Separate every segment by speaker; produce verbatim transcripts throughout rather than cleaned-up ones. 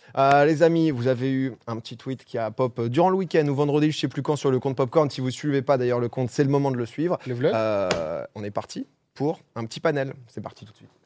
Speaker 1: Euh, les amis, vous avez eu un petit tweet qui a pop durant le week-end ou vendredi, je sais plus quand, sur le compte Popcorn. Si vous suivez pas d'ailleurs le compte, c'est le moment de le suivre.
Speaker 2: Le vlog.
Speaker 1: Euh, on est parti pour un petit panel. C'est parti tout de suite.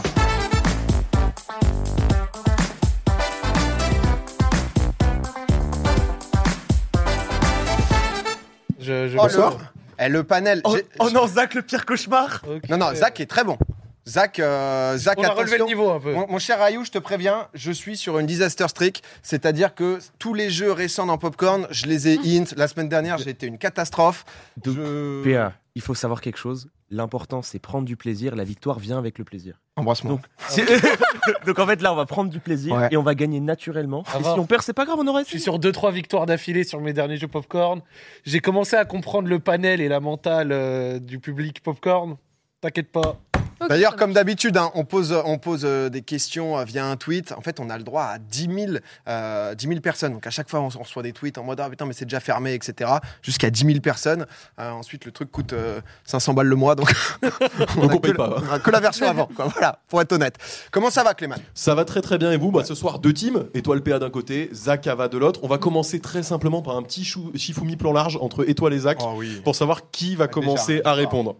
Speaker 2: Je, je
Speaker 1: Oh,
Speaker 2: Bonsoir.
Speaker 1: le, eh, le panel.
Speaker 3: Oh,
Speaker 1: j'ai-
Speaker 3: oh non, Zach, le pire cauchemar.
Speaker 2: Ok.
Speaker 1: Non, non, Zach est très bon. Zach, euh, Zach
Speaker 2: On a relevé le
Speaker 1: attention.
Speaker 2: niveau un peu.
Speaker 1: Mon, mon cher Ayou, je te préviens, je suis sur une disaster streak, c'est-à-dire que tous les jeux récents dans Popcorn, je les ai hint. La semaine dernière, j'ai été une catastrophe.
Speaker 3: Donc,
Speaker 1: Je-
Speaker 3: P A, il faut savoir quelque chose. L'important, c'est prendre du plaisir. La victoire vient avec le plaisir.
Speaker 1: Embrasse-moi.
Speaker 3: Donc, si- Donc en fait, là, on va prendre du plaisir
Speaker 1: Ouais.
Speaker 3: et on va gagner naturellement.
Speaker 2: Ah
Speaker 3: et
Speaker 2: va.
Speaker 3: si on perd, c'est pas grave, on aurait
Speaker 2: Je suis sur deux trois victoires d'affilée sur mes derniers jeux Popcorn. J'ai commencé à comprendre le panel et la mentale euh, du public Popcorn. T'inquiète pas.
Speaker 4: Ok,
Speaker 1: D'ailleurs,
Speaker 4: ça
Speaker 1: comme
Speaker 4: marche.
Speaker 1: d'habitude, hein, on pose, on pose euh, des questions euh, via un tweet. En fait, on a le droit à dix mille, euh, dix mille personnes. Donc, à chaque fois, on, on reçoit des tweets en mode « Ah putain, mais c'est déjà fermé, et cetera » Jusqu'à dix mille personnes. Euh, ensuite, le truc coûte euh, cinq cents balles le mois. Donc, on
Speaker 5: Donc
Speaker 1: a
Speaker 5: on paye
Speaker 1: que,
Speaker 5: pas.
Speaker 1: on a que la version avant. Quoi. Voilà, pour être honnête. Comment ça va, Clément?
Speaker 5: Ça va très très bien et vous bah, Ce soir, deux teams. Étoile P A d'un côté, Zach Ava de l'autre. On va commencer très simplement par un petit chou- Shifumi plan large entre Étoile et Zach
Speaker 1: Oh oui.
Speaker 5: pour savoir qui va
Speaker 1: Ah,
Speaker 5: commencer
Speaker 1: déjà.
Speaker 5: à répondre.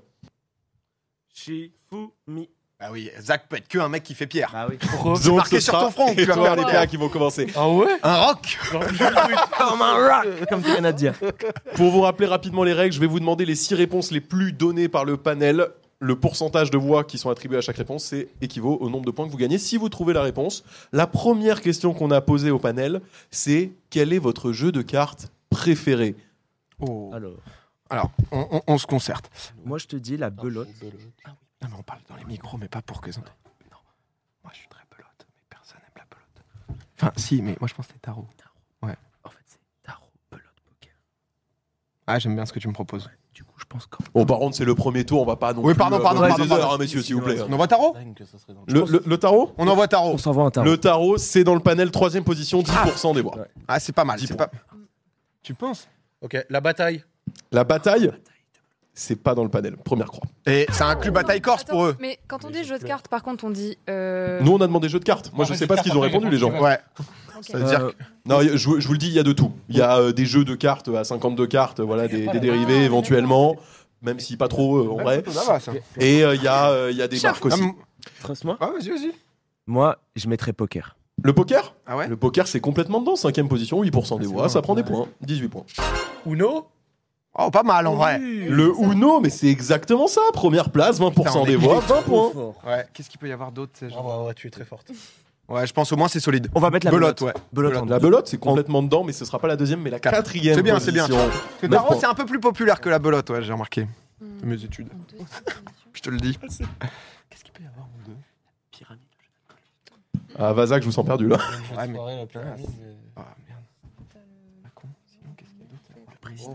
Speaker 3: Shifumi.
Speaker 1: Ah oui, Zach peut être que un mec qui fait pierre.
Speaker 3: Ah oui.
Speaker 1: C'est marqué
Speaker 5: ce
Speaker 1: sur
Speaker 5: sera
Speaker 1: ton front que tu vas
Speaker 5: Étoile
Speaker 1: faire
Speaker 5: et
Speaker 1: des
Speaker 5: P A
Speaker 1: P A.
Speaker 5: qui vont commencer.
Speaker 2: Ah ouais.
Speaker 1: Un rock.
Speaker 3: Comme un rock, comme tu viens de dire.
Speaker 5: Pour vous rappeler rapidement les règles, je vais vous demander les six réponses les plus données par le panel. Le pourcentage de voix qui sont attribuées à chaque réponse, c'est équivaut au nombre de points que vous gagnez si vous trouvez la réponse. La première question qu'on a posée au panel, c'est quel est votre jeu de cartes préféré?
Speaker 1: Oh.
Speaker 3: Alors,
Speaker 1: Alors, on, on- on se concerte.
Speaker 3: moi, je te dis la belote.
Speaker 1: Non, mais on parle dans les micros, mais pas pour que... Non, moi je suis très pelote, mais personne n'aime la pelote. Enfin, si, mais moi je pense que c'est tarot.
Speaker 3: En fait, c'est tarot, belote, poker.
Speaker 1: Ah, j'aime bien ce que tu me proposes.
Speaker 3: Du coup, je pense qu'en
Speaker 5: Bon, par contre, c'est le premier tour, on va pas non
Speaker 1: Oui,
Speaker 5: plus
Speaker 1: pardon,
Speaker 5: euh,
Speaker 1: pardon,
Speaker 5: donner
Speaker 1: pardon,
Speaker 5: des
Speaker 1: pardon.
Speaker 5: heures, hein, messieurs, s'il vous plaît.
Speaker 1: On envoie tarot?
Speaker 5: Le, le- le tarot
Speaker 1: On envoie tarot.
Speaker 3: on s'envoie un tarot.
Speaker 5: Le tarot, c'est dans le panel, troisième position, dix pour cent des voix.
Speaker 3: Ouais.
Speaker 1: Ah, c'est pas mal.
Speaker 5: dix
Speaker 1: C'est
Speaker 5: points.
Speaker 1: pas... Tu penses?
Speaker 2: Ok, la bataille.
Speaker 5: La bataille, c'est pas dans le panel, première croix.
Speaker 1: Et ça inclut bataille corse
Speaker 4: Attends,
Speaker 1: pour eux.
Speaker 4: Mais quand on dit jeu de cartes, par contre, on dit. euh,
Speaker 5: Nous, on a demandé jeu de cartes. Moi, je
Speaker 2: Ah,
Speaker 5: sais
Speaker 2: jeu
Speaker 5: pas
Speaker 2: de
Speaker 5: ce qu'ils
Speaker 2: cartes,
Speaker 5: ont
Speaker 2: après,
Speaker 5: répondu, les gens.
Speaker 2: réponse
Speaker 1: Ouais.
Speaker 4: ok.
Speaker 1: Ça veut dire
Speaker 3: Euh,
Speaker 5: Non, je, vous- je vous le dis, il y a de tout. Il y a euh, des jeux de cartes à cinquante-deux cartes, voilà, des, des dérivés
Speaker 4: Ah,
Speaker 5: éventuellement, même si pas trop euh, en vrai.
Speaker 1: Ça va, ça.
Speaker 5: Et euh, il y, a, euh, il y a des
Speaker 4: Chef.
Speaker 5: marques aussi.
Speaker 1: Ah, m-
Speaker 3: Trust-moi.
Speaker 1: ah, vas-y, vas-y.
Speaker 3: Moi, je mettrais poker.
Speaker 5: Le poker
Speaker 1: Ah ouais?
Speaker 5: Le poker, c'est complètement dedans, cinquième position, huit pour cent des
Speaker 1: c'est
Speaker 5: voix,
Speaker 1: bon,
Speaker 5: ça prend des
Speaker 1: ouais.
Speaker 5: points, dix-huit points.
Speaker 2: Uno.
Speaker 1: Oh, pas mal en vrai.
Speaker 5: Le
Speaker 4: c'est ça.
Speaker 5: Uno, mais c'est exactement ça, première place, vingt pour cent
Speaker 1: Putain, on
Speaker 5: des
Speaker 1: est
Speaker 5: voix, vingt points.
Speaker 1: Ouais. Qu'est-ce qu'il peut y avoir d'autre? ces
Speaker 2: Ah
Speaker 1: gens
Speaker 2: bah ouais, tu es très forte.
Speaker 1: Ouais, je pense au moins c'est solide.
Speaker 3: On va mettre la
Speaker 1: Belote,
Speaker 3: belote.
Speaker 1: ouais.
Speaker 3: Belote en
Speaker 5: La
Speaker 3: deux.
Speaker 5: belote, c'est complètement dedans, mais ce sera pas la deuxième, mais la
Speaker 1: Quatre.
Speaker 5: quatrième
Speaker 1: C'est bien, c'est
Speaker 5: position.
Speaker 1: bien. Parce que
Speaker 5: Neuf
Speaker 1: tarot,
Speaker 5: points.
Speaker 1: c'est un peu plus populaire que la belote, ouais, j'ai remarqué.
Speaker 4: Hmm.
Speaker 1: C'est mes études.
Speaker 4: En deuxième position.
Speaker 1: Je te le dis.
Speaker 3: Qu'est-ce qu'il peut y avoir en deux? Pyramide.
Speaker 5: Ah, Vazac, je vous sens perdu là.
Speaker 1: Ouais, mais-
Speaker 2: Soirée, la pyramide, mais-
Speaker 1: Ah merde. Macron, sinon qu'est-ce qu'il y a d'autre?
Speaker 3: Le président.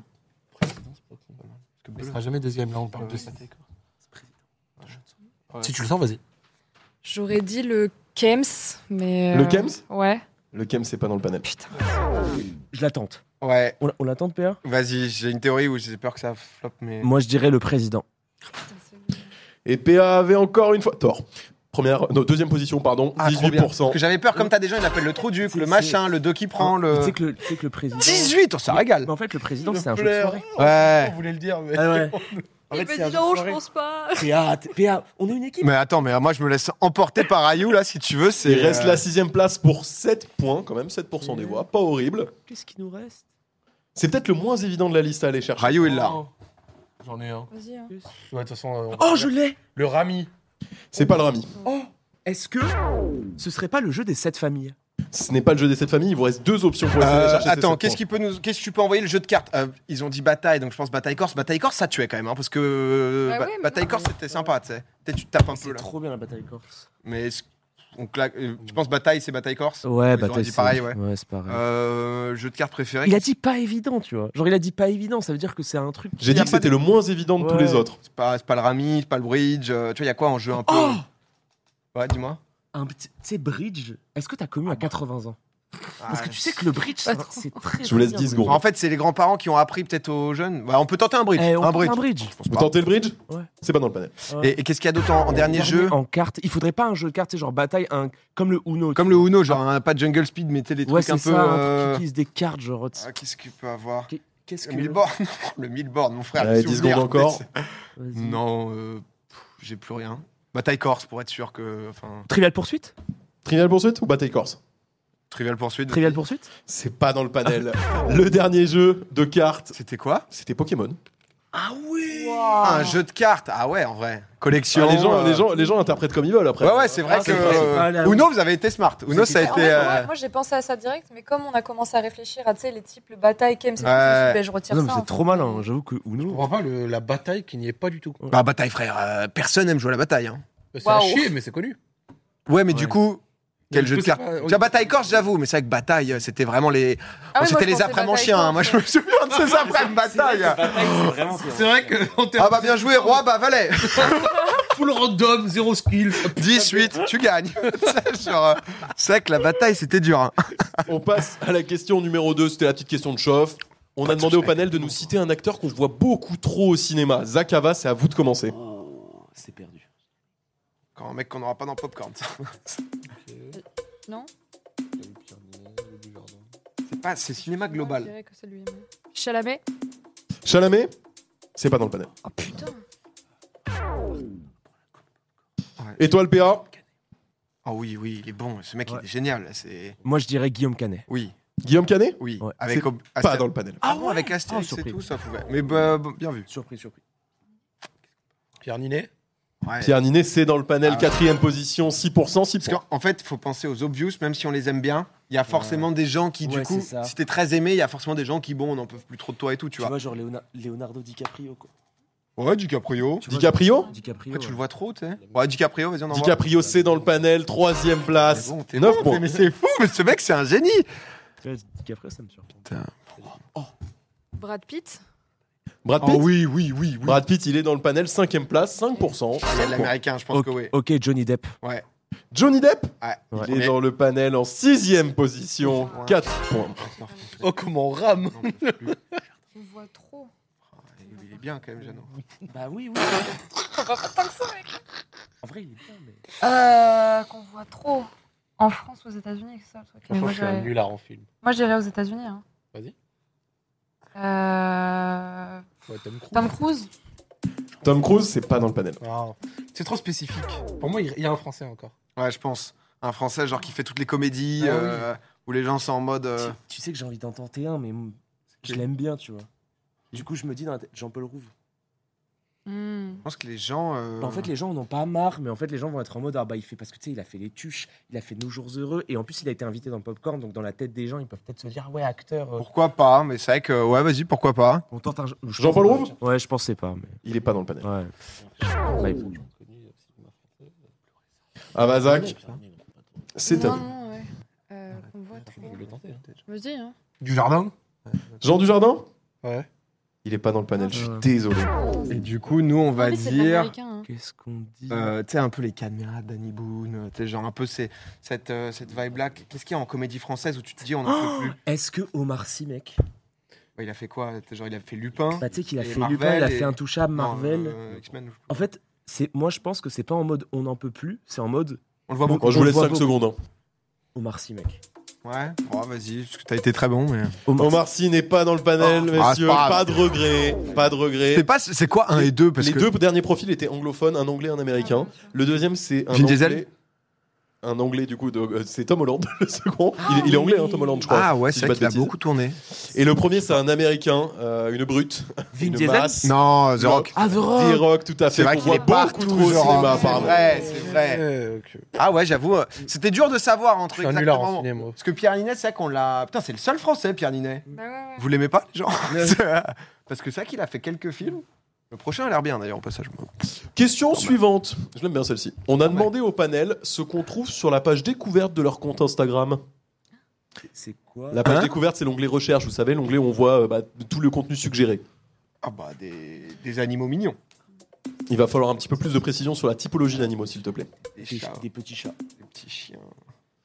Speaker 2: Il sera jamais deuxième, là on parle de
Speaker 3: Ouais.
Speaker 2: ça.
Speaker 1: Ouais.
Speaker 2: Si tu le sens, vas-y.
Speaker 4: J'aurais dit le Kems, mais.
Speaker 5: Le
Speaker 4: euh,
Speaker 5: Kems
Speaker 4: Ouais.
Speaker 5: Le Kem, c'est pas dans le panel.
Speaker 4: Putain.
Speaker 3: Je la tente.
Speaker 1: Ouais,
Speaker 3: On, la- on la tente, P A?
Speaker 1: vas-y, j'ai une théorie où j'ai peur que ça floppe, mais.
Speaker 3: Moi, je dirais le président.
Speaker 4: Putain, c'est lui.
Speaker 5: Et P A avait encore une fois tort. Première, non, deuxième position, pardon,
Speaker 1: Ah, trop
Speaker 5: dix-huit
Speaker 1: bien.
Speaker 5: pour cent.
Speaker 1: Parce que j'avais peur, comme t'as des gens, ils l'appellent le trou duc,
Speaker 3: C'est-
Speaker 1: le
Speaker 3: c'est-
Speaker 1: machin, le deux qui prend, le.
Speaker 3: Tu sais que le, tu sais que le président.
Speaker 1: dix-huit, oh, ça régale.
Speaker 3: Mais en fait, le président,
Speaker 2: Je
Speaker 3: c'est un jeu de
Speaker 2: pleure.
Speaker 3: soirée.
Speaker 1: Ouais.
Speaker 2: On voulait le dire, mais.
Speaker 3: Ah ouais. En
Speaker 4: Il
Speaker 3: fait,
Speaker 4: me
Speaker 3: c'est un
Speaker 4: dit
Speaker 3: jeu de
Speaker 4: non, je
Speaker 3: soirée.
Speaker 4: pense pas.
Speaker 3: P A, t- P A, on est une équipe.
Speaker 1: Mais attends, mais moi je me laisse emporter par Ayou là si tu veux. C'est.
Speaker 5: Il reste
Speaker 1: euh,
Speaker 5: la sixième place pour sept points, quand même, sept pour cent des voix. Pas horrible.
Speaker 3: Qu'est-ce qui nous reste?
Speaker 5: C'est peut-être le moins évident de la liste à aller chercher.
Speaker 1: Ayou il l'a.
Speaker 2: Oh. J'en ai un.
Speaker 4: Vas-y. Hein.
Speaker 2: Ouais, de toute façon. euh, on-
Speaker 3: Oh, je l'ai.
Speaker 2: Le Rami.
Speaker 5: C'est pas le Rami.
Speaker 3: Oh, est-ce que ce serait pas le jeu des sept familles?
Speaker 5: Ce n'est pas le jeu des sept familles, il vous reste deux options pour essayer
Speaker 1: Euh,
Speaker 5: de chercher ces
Speaker 1: attends,
Speaker 5: sept
Speaker 1: qu'est-ce
Speaker 5: points.
Speaker 1: qui peut nous, qu'est-ce que tu peux envoyer le jeu de cartes? Euh, Ils ont dit bataille, donc je pense bataille corse. Bataille corse, ça tuait quand même, hein, parce que euh,
Speaker 4: Ah
Speaker 1: ba-
Speaker 4: ouais, mais
Speaker 1: bataille
Speaker 4: non,
Speaker 1: corse
Speaker 4: mais-
Speaker 1: c'était sympa, tu sais. Peut-être tu te tapes un peu
Speaker 3: C'est
Speaker 1: là.
Speaker 3: trop bien la bataille corse.
Speaker 1: Mais est-ce- on claque. euh, tu penses bataille, c'est bataille corse?
Speaker 3: Ouais,
Speaker 1: Ils auraient dit pareil, ouais.
Speaker 3: Ouais, c'est pareil.
Speaker 1: Euh, jeu de cartes préféré.
Speaker 3: Il a dit pas évident, tu vois. Genre, il a dit pas évident, ça veut dire que c'est un truc.
Speaker 5: J'ai
Speaker 1: y
Speaker 5: dit
Speaker 1: a
Speaker 5: que
Speaker 1: pas
Speaker 5: c'était
Speaker 1: de-
Speaker 5: le moins évident de tous
Speaker 3: Ouais.
Speaker 5: les autres.
Speaker 1: C'est pas, c'est pas le rami, c'est pas le bridge. euh, tu vois, il y a quoi en jeu un peu?
Speaker 3: Oh
Speaker 1: Ouais, dis-moi.
Speaker 3: Un petit. Tu sais, Bridge, est-ce que t'as connu à quatre-vingts ans? Parce que tu sais que le bridge, c'est c'est très.
Speaker 5: Je vous laisse
Speaker 3: bien,
Speaker 5: dix
Speaker 3: le
Speaker 5: secondes.
Speaker 1: En fait, c'est les grands-parents qui ont appris peut-être aux jeunes. Bah, on peut tenter un bridge.
Speaker 3: Eh, on
Speaker 1: un
Speaker 3: tente
Speaker 1: bridge.
Speaker 3: un bridge.
Speaker 1: Je pense
Speaker 5: Vous
Speaker 1: pas.
Speaker 5: tentez le bridge?
Speaker 3: Ouais.
Speaker 5: C'est pas dans le panel.
Speaker 3: Ouais.
Speaker 1: Et, et qu'est-ce qu'il y a d'autre en, en dernier jeu
Speaker 3: En carte, il faudrait pas un jeu de cartes, tu sais, genre bataille, un... comme le Uno.
Speaker 1: Comme
Speaker 3: tu
Speaker 1: le
Speaker 3: vois.
Speaker 1: Uno, genre un, pas Jungle Speed, mais tu sais, les
Speaker 3: Ouais,
Speaker 1: trucs un
Speaker 3: c'est
Speaker 1: peu.
Speaker 3: ça, un
Speaker 1: euh,
Speaker 3: truc qui utilise des cartes, genre.
Speaker 1: ah, qu'est-ce qu'il peut avoir
Speaker 3: Qu'est-ce
Speaker 1: Le
Speaker 3: que.
Speaker 1: mille bornes. Le mille bornes, mon frère.
Speaker 5: Allez,
Speaker 1: les
Speaker 5: dix
Speaker 1: souvenirs.
Speaker 5: secondes encore.
Speaker 3: Vas-y.
Speaker 1: Non, euh, pff, j'ai plus rien. Bataille Corse pour être sûr que. Enfin,
Speaker 3: Trivial Poursuite
Speaker 5: Trivial Poursuite ou Bataille Corse?
Speaker 1: Trivial Poursuite.
Speaker 3: Trivial Poursuite
Speaker 5: C'est pas dans le panel. Le dernier jeu de cartes,
Speaker 1: C'était quoi
Speaker 5: c'était Pokémon.
Speaker 3: Ah oui
Speaker 1: Ah, un jeu de cartes. Ah ouais, en vrai. Collection.
Speaker 5: Ah, les, gens,
Speaker 1: euh,
Speaker 5: les, gens, les gens interprètent comme ils veulent après.
Speaker 1: Ouais, ouais, c'est vrai
Speaker 3: Ah,
Speaker 1: que.
Speaker 3: c'est vrai, c'est pas la-
Speaker 1: Uno, vous avez été smart. Uno, ça a
Speaker 3: C'était-
Speaker 4: En
Speaker 1: été.
Speaker 4: fait,
Speaker 1: euh,
Speaker 4: moi, moi, j'ai pensé à ça direct, mais comme on a commencé à réfléchir à tu sais, les types, le bataille, Kems, et tout, je, me
Speaker 1: Ouais.
Speaker 4: suis dit, ben, je retire
Speaker 3: Non,
Speaker 4: ça.
Speaker 3: mais
Speaker 4: en
Speaker 3: c'est
Speaker 4: fait.
Speaker 3: trop malin, j'avoue que
Speaker 2: Je
Speaker 3: Uno.
Speaker 2: comprends pas le- la bataille qui n'y est pas du tout.
Speaker 1: Bah, bataille, frère. euh, personne aime jouer à la bataille. Hein.
Speaker 2: C'est à
Speaker 4: Waouh.
Speaker 2: chier, mais c'est connu.
Speaker 1: Ouais, mais du
Speaker 3: Ouais.
Speaker 1: coup. Quel
Speaker 2: Mais
Speaker 1: jeu
Speaker 2: du
Speaker 1: de
Speaker 2: coup, c'est
Speaker 1: cartes
Speaker 2: pas-
Speaker 1: Déjà, bataille Corse, j'avoue, mais c'est vrai que bataille, euh, c'était vraiment les.
Speaker 4: Ah
Speaker 1: Bon,
Speaker 4: oui, moi,
Speaker 1: c'était
Speaker 4: je
Speaker 1: les
Speaker 4: pensais
Speaker 1: après mon
Speaker 4: bataille
Speaker 1: chien. hein.
Speaker 4: Corse,
Speaker 1: Moi, je me souviens de ces après bataille.
Speaker 2: C'est vrai que en termes
Speaker 1: Ah bah bien joué, roi, bah valet.
Speaker 2: full random, zéro skill.
Speaker 1: dix-huit, tu gagnes. Genre, euh, c'est vrai que la bataille, c'était dur. Hein.
Speaker 5: On passe à la question numéro deux. C'était la petite question de chauffe. On a demandé au panel de nous citer un acteur qu'on voit beaucoup trop au cinéma. Zach Ava, c'est à vous de commencer.
Speaker 3: Oh, c'est perdu.
Speaker 1: Quand un mec qu'on n'aura pas dans Popcorn.
Speaker 4: Non
Speaker 1: C'est pas, c'est cinéma
Speaker 4: Je
Speaker 1: global.
Speaker 4: dirais que c'est lui. mais- Chalamet.
Speaker 5: Chalamet, c'est pas dans le panel.
Speaker 4: Oh putain.
Speaker 5: Étoile P A,
Speaker 1: Oh oui, oui, il est bon. Ce mec,
Speaker 3: Ouais.
Speaker 1: il est génial. C'est
Speaker 3: Moi, je dirais Guillaume Canet.
Speaker 1: oui,
Speaker 5: Guillaume Canet,
Speaker 1: oui.
Speaker 3: Ouais.
Speaker 1: Avec
Speaker 5: C'est
Speaker 1: Ob-
Speaker 5: pas
Speaker 1: Astérix.
Speaker 5: dans le panel.
Speaker 1: Ah bon,
Speaker 3: ouais.
Speaker 1: avec Astérix
Speaker 3: Ah,
Speaker 1: et
Speaker 3: surpris.
Speaker 1: tout, ça pouvait. Mais bah, bon, bien vu.
Speaker 3: Surpris, surpris.
Speaker 2: Pierre Ninet.
Speaker 1: Ouais.
Speaker 5: Pierre Ninet, c'est dans le panel.
Speaker 1: Ah ouais.
Speaker 5: Quatrième position, six pour cent, six
Speaker 1: Parce
Speaker 5: points.
Speaker 1: qu'en en fait, il faut penser aux obvious, même si on les aime bien. Il y a forcément des gens qui, du
Speaker 3: Ouais,
Speaker 1: coup,
Speaker 3: c'est ça.
Speaker 1: si t'es très aimé, il y a forcément des gens qui, bon, on n'en peut plus trop de toi et tout, tu
Speaker 3: Tu
Speaker 1: vois.
Speaker 3: vois, genre Léona- Leonardo DiCaprio, quoi.
Speaker 1: Ouais, DiCaprio.
Speaker 3: Tu vois,
Speaker 5: DiCaprio
Speaker 3: DiCaprio.
Speaker 1: Après, tu
Speaker 3: ouais.
Speaker 1: le vois trop, tu sais. Ouais, DiCaprio, vas-y, on en voit.
Speaker 5: DiCaprio, c'est dans le panel. Troisième place,
Speaker 1: Mais bon, t'es
Speaker 5: neuf
Speaker 1: bon,
Speaker 5: points.
Speaker 1: t'es- Mais c'est fou, mais ce mec, c'est un génie.
Speaker 3: Ouais, DiCaprio, ça me surprend.
Speaker 4: Brad Pitt.
Speaker 5: Brad
Speaker 1: Oh
Speaker 5: Pitt,
Speaker 1: oui, oui, oui, oui.
Speaker 5: Brad Pitt, il est dans le panel. Cinquième place, cinq pour cent.
Speaker 1: Il y a de
Speaker 5: cinq points.
Speaker 1: l'américain, je pense
Speaker 3: Ok,
Speaker 1: que oui.
Speaker 3: ok, Johnny Depp.
Speaker 1: Ouais.
Speaker 5: Johnny Depp,
Speaker 1: Ouais.
Speaker 3: Ouais.
Speaker 5: il est
Speaker 1: Mais-
Speaker 5: dans le panel en sixième position.
Speaker 1: Ouais.
Speaker 5: quatre points.
Speaker 2: Oh, comment on rame.
Speaker 1: Non, on peut plus.
Speaker 4: On voit trop.
Speaker 1: Il est bien quand même, Jeannot.
Speaker 3: Bah oui, oui.
Speaker 4: On voit pas tant que ça, mec.
Speaker 3: En vrai, il est bien, mais.
Speaker 4: Euh, qu'on voit trop. En France ou aux États-Unis, c'est ça le truc. Mais
Speaker 2: Franchement,
Speaker 4: moi,
Speaker 2: je suis un
Speaker 4: j'irais-
Speaker 2: nulard en film.
Speaker 4: moi, je dirais aux États-Unis. Hein.
Speaker 2: Vas-y.
Speaker 4: Euh...
Speaker 2: Ouais, Tom Cruise.
Speaker 4: Tom Cruise.
Speaker 5: Tom Cruise, c'est pas dans le panel.
Speaker 2: Ah, c'est trop spécifique. Pour moi, il il y a un français encore.
Speaker 1: Ouais, je pense. Un français, genre, qui fait toutes les comédies,
Speaker 2: Ah oui.
Speaker 1: euh, où les gens sont en mode. euh,
Speaker 3: Tu, tu sais que j'ai envie d'en tenter un, mais mm, je
Speaker 1: qui
Speaker 3: l'aime bien, tu vois. Du coup, je me dis dans la tête, Jean-Paul Rouve.
Speaker 4: Hmm.
Speaker 1: Je pense que les gens. euh,
Speaker 3: Bah, en fait, les gens en ont pas marre, mais en fait, les gens vont être en mode, ah bah, il fait, parce que tu sais, il a fait Les Tuches, il a fait Nos Jours Heureux, et en plus, il a été invité dans Popcorn, donc dans la tête des gens, ils peuvent peut-être se dire, ah ouais, acteur. euh,
Speaker 1: Pourquoi pas, mais c'est vrai que. Ouais, vas-y, pourquoi pas.
Speaker 3: on tente un. je
Speaker 5: Jean-Paul
Speaker 3: pense-
Speaker 5: Rouve
Speaker 3: Ouais, je pensais pas, mais.
Speaker 5: Il est pas dans le panel.
Speaker 3: Ouais. Ouais, il faut-
Speaker 5: Ah bah Zach, c'est à
Speaker 4: Non,
Speaker 5: vous.
Speaker 4: non, ouais. Euh, qu'on voit trop.
Speaker 2: Je vais le tenter. hein.
Speaker 4: Vas-y, hein.
Speaker 2: Du jardin.
Speaker 5: Jean Dujardin,
Speaker 2: Ouais.
Speaker 5: il est pas dans le panel. Je suis
Speaker 3: Ouais.
Speaker 5: désolé.
Speaker 1: Et du coup, nous, on va
Speaker 4: Ah, mais c'est de
Speaker 1: dire.
Speaker 4: l'américain, hein.
Speaker 3: Qu'est-ce qu'on dit
Speaker 1: Euh, tu sais, un peu les caméras de Danny Boone, euh, tu sais, genre un peu ces- cette, euh, cette vibe-là. Qu'est-ce qu'il y a en comédie française où tu te dis on n'en peut plus
Speaker 3: Est-ce que Omar Sy, mec
Speaker 1: Ouais, il a fait quoi? Genre, il a fait Lupin.
Speaker 3: Bah, tu sais qu'il a
Speaker 1: Et
Speaker 3: fait
Speaker 1: Marvel
Speaker 3: Lupin, il a
Speaker 1: et-
Speaker 3: fait Intouchable,
Speaker 1: Non,
Speaker 3: Marvel.
Speaker 1: euh, X-Men.
Speaker 3: En fait, c'est, moi, je pense que c'est pas en mode on n'en peut plus, c'est en mode
Speaker 1: On le voit
Speaker 3: Bon,
Speaker 1: beaucoup.
Speaker 5: Bon, je vous
Speaker 3: On
Speaker 5: laisse
Speaker 3: voit
Speaker 5: cinq
Speaker 3: beaucoup.
Speaker 5: secondes. hein.
Speaker 3: Omar Sy, mec.
Speaker 1: Ouais, bon, vas-y, parce que t'as été très bon. Mais...
Speaker 3: Omar,
Speaker 5: Omar Sy n'est pas dans le panel,
Speaker 1: Oh, ah,
Speaker 5: messieurs.
Speaker 1: c'est pas
Speaker 5: Pas
Speaker 1: grave.
Speaker 5: de regret. Pas de regret.
Speaker 1: C'est pas, c'est quoi un et deux parce
Speaker 5: Les
Speaker 1: que...
Speaker 5: deux derniers profils étaient anglophones, un anglais, un américain. Le deuxième, c'est un
Speaker 1: Vin Diesel
Speaker 5: anglais. Un anglais, du coup, de- euh, c'est Tom Holland, le second. il, est, il est anglais, hein, Tom Holland, je crois.
Speaker 1: Ah ouais,
Speaker 5: si
Speaker 1: c'est
Speaker 5: je dis
Speaker 1: vrai
Speaker 5: pas
Speaker 1: qu'il a
Speaker 5: de
Speaker 1: beaucoup tourné.
Speaker 5: bêtises. Et le premier, c'est un américain, euh, une brute.
Speaker 3: Vin
Speaker 5: une
Speaker 3: Diesel
Speaker 5: masse.
Speaker 1: Non, The
Speaker 5: Non.
Speaker 1: Rock.
Speaker 3: Ah, The Rock.
Speaker 5: D-Rock, tout à fait.
Speaker 1: C'est vrai
Speaker 5: qu'on
Speaker 1: qu'il est
Speaker 5: voit
Speaker 1: partout,
Speaker 5: beaucoup trop au
Speaker 1: The Rock.
Speaker 5: cinéma,
Speaker 1: C'est
Speaker 5: apparemment.
Speaker 1: vrai, c'est vrai.
Speaker 2: Ouais, ok.
Speaker 1: Ah ouais, j'avoue, euh, c'était dur de savoir entre
Speaker 2: Je suis un nulard en
Speaker 1: exactement.
Speaker 2: cinéma.
Speaker 1: Parce que Pierre Ninet, c'est vrai qu'on l'a. Putain, c'est le seul français, Pierre Ninet.
Speaker 4: Bah ouais, ouais.
Speaker 1: Vous l'aimez pas, les gens Parce que c'est vrai qu'il a fait quelques films. Le prochain a l'air bien d'ailleurs, au passage.
Speaker 5: Question suivante. Je l'aime bien celle-ci. On a demandé au panel ce qu'on trouve sur la page découverte de leur compte Instagram.
Speaker 3: C'est quoi
Speaker 5: La page
Speaker 1: Hein
Speaker 5: découverte, c'est l'onglet recherche, vous savez, l'onglet où on voit euh, bah, tout le contenu suggéré.
Speaker 1: Ah bah, des, des animaux mignons.
Speaker 5: Il va falloir un petit peu plus de précision sur la typologie d'animaux, s'il te plaît.
Speaker 1: Des
Speaker 3: des,
Speaker 1: chats,
Speaker 3: des petits chats.
Speaker 1: des petits chiens.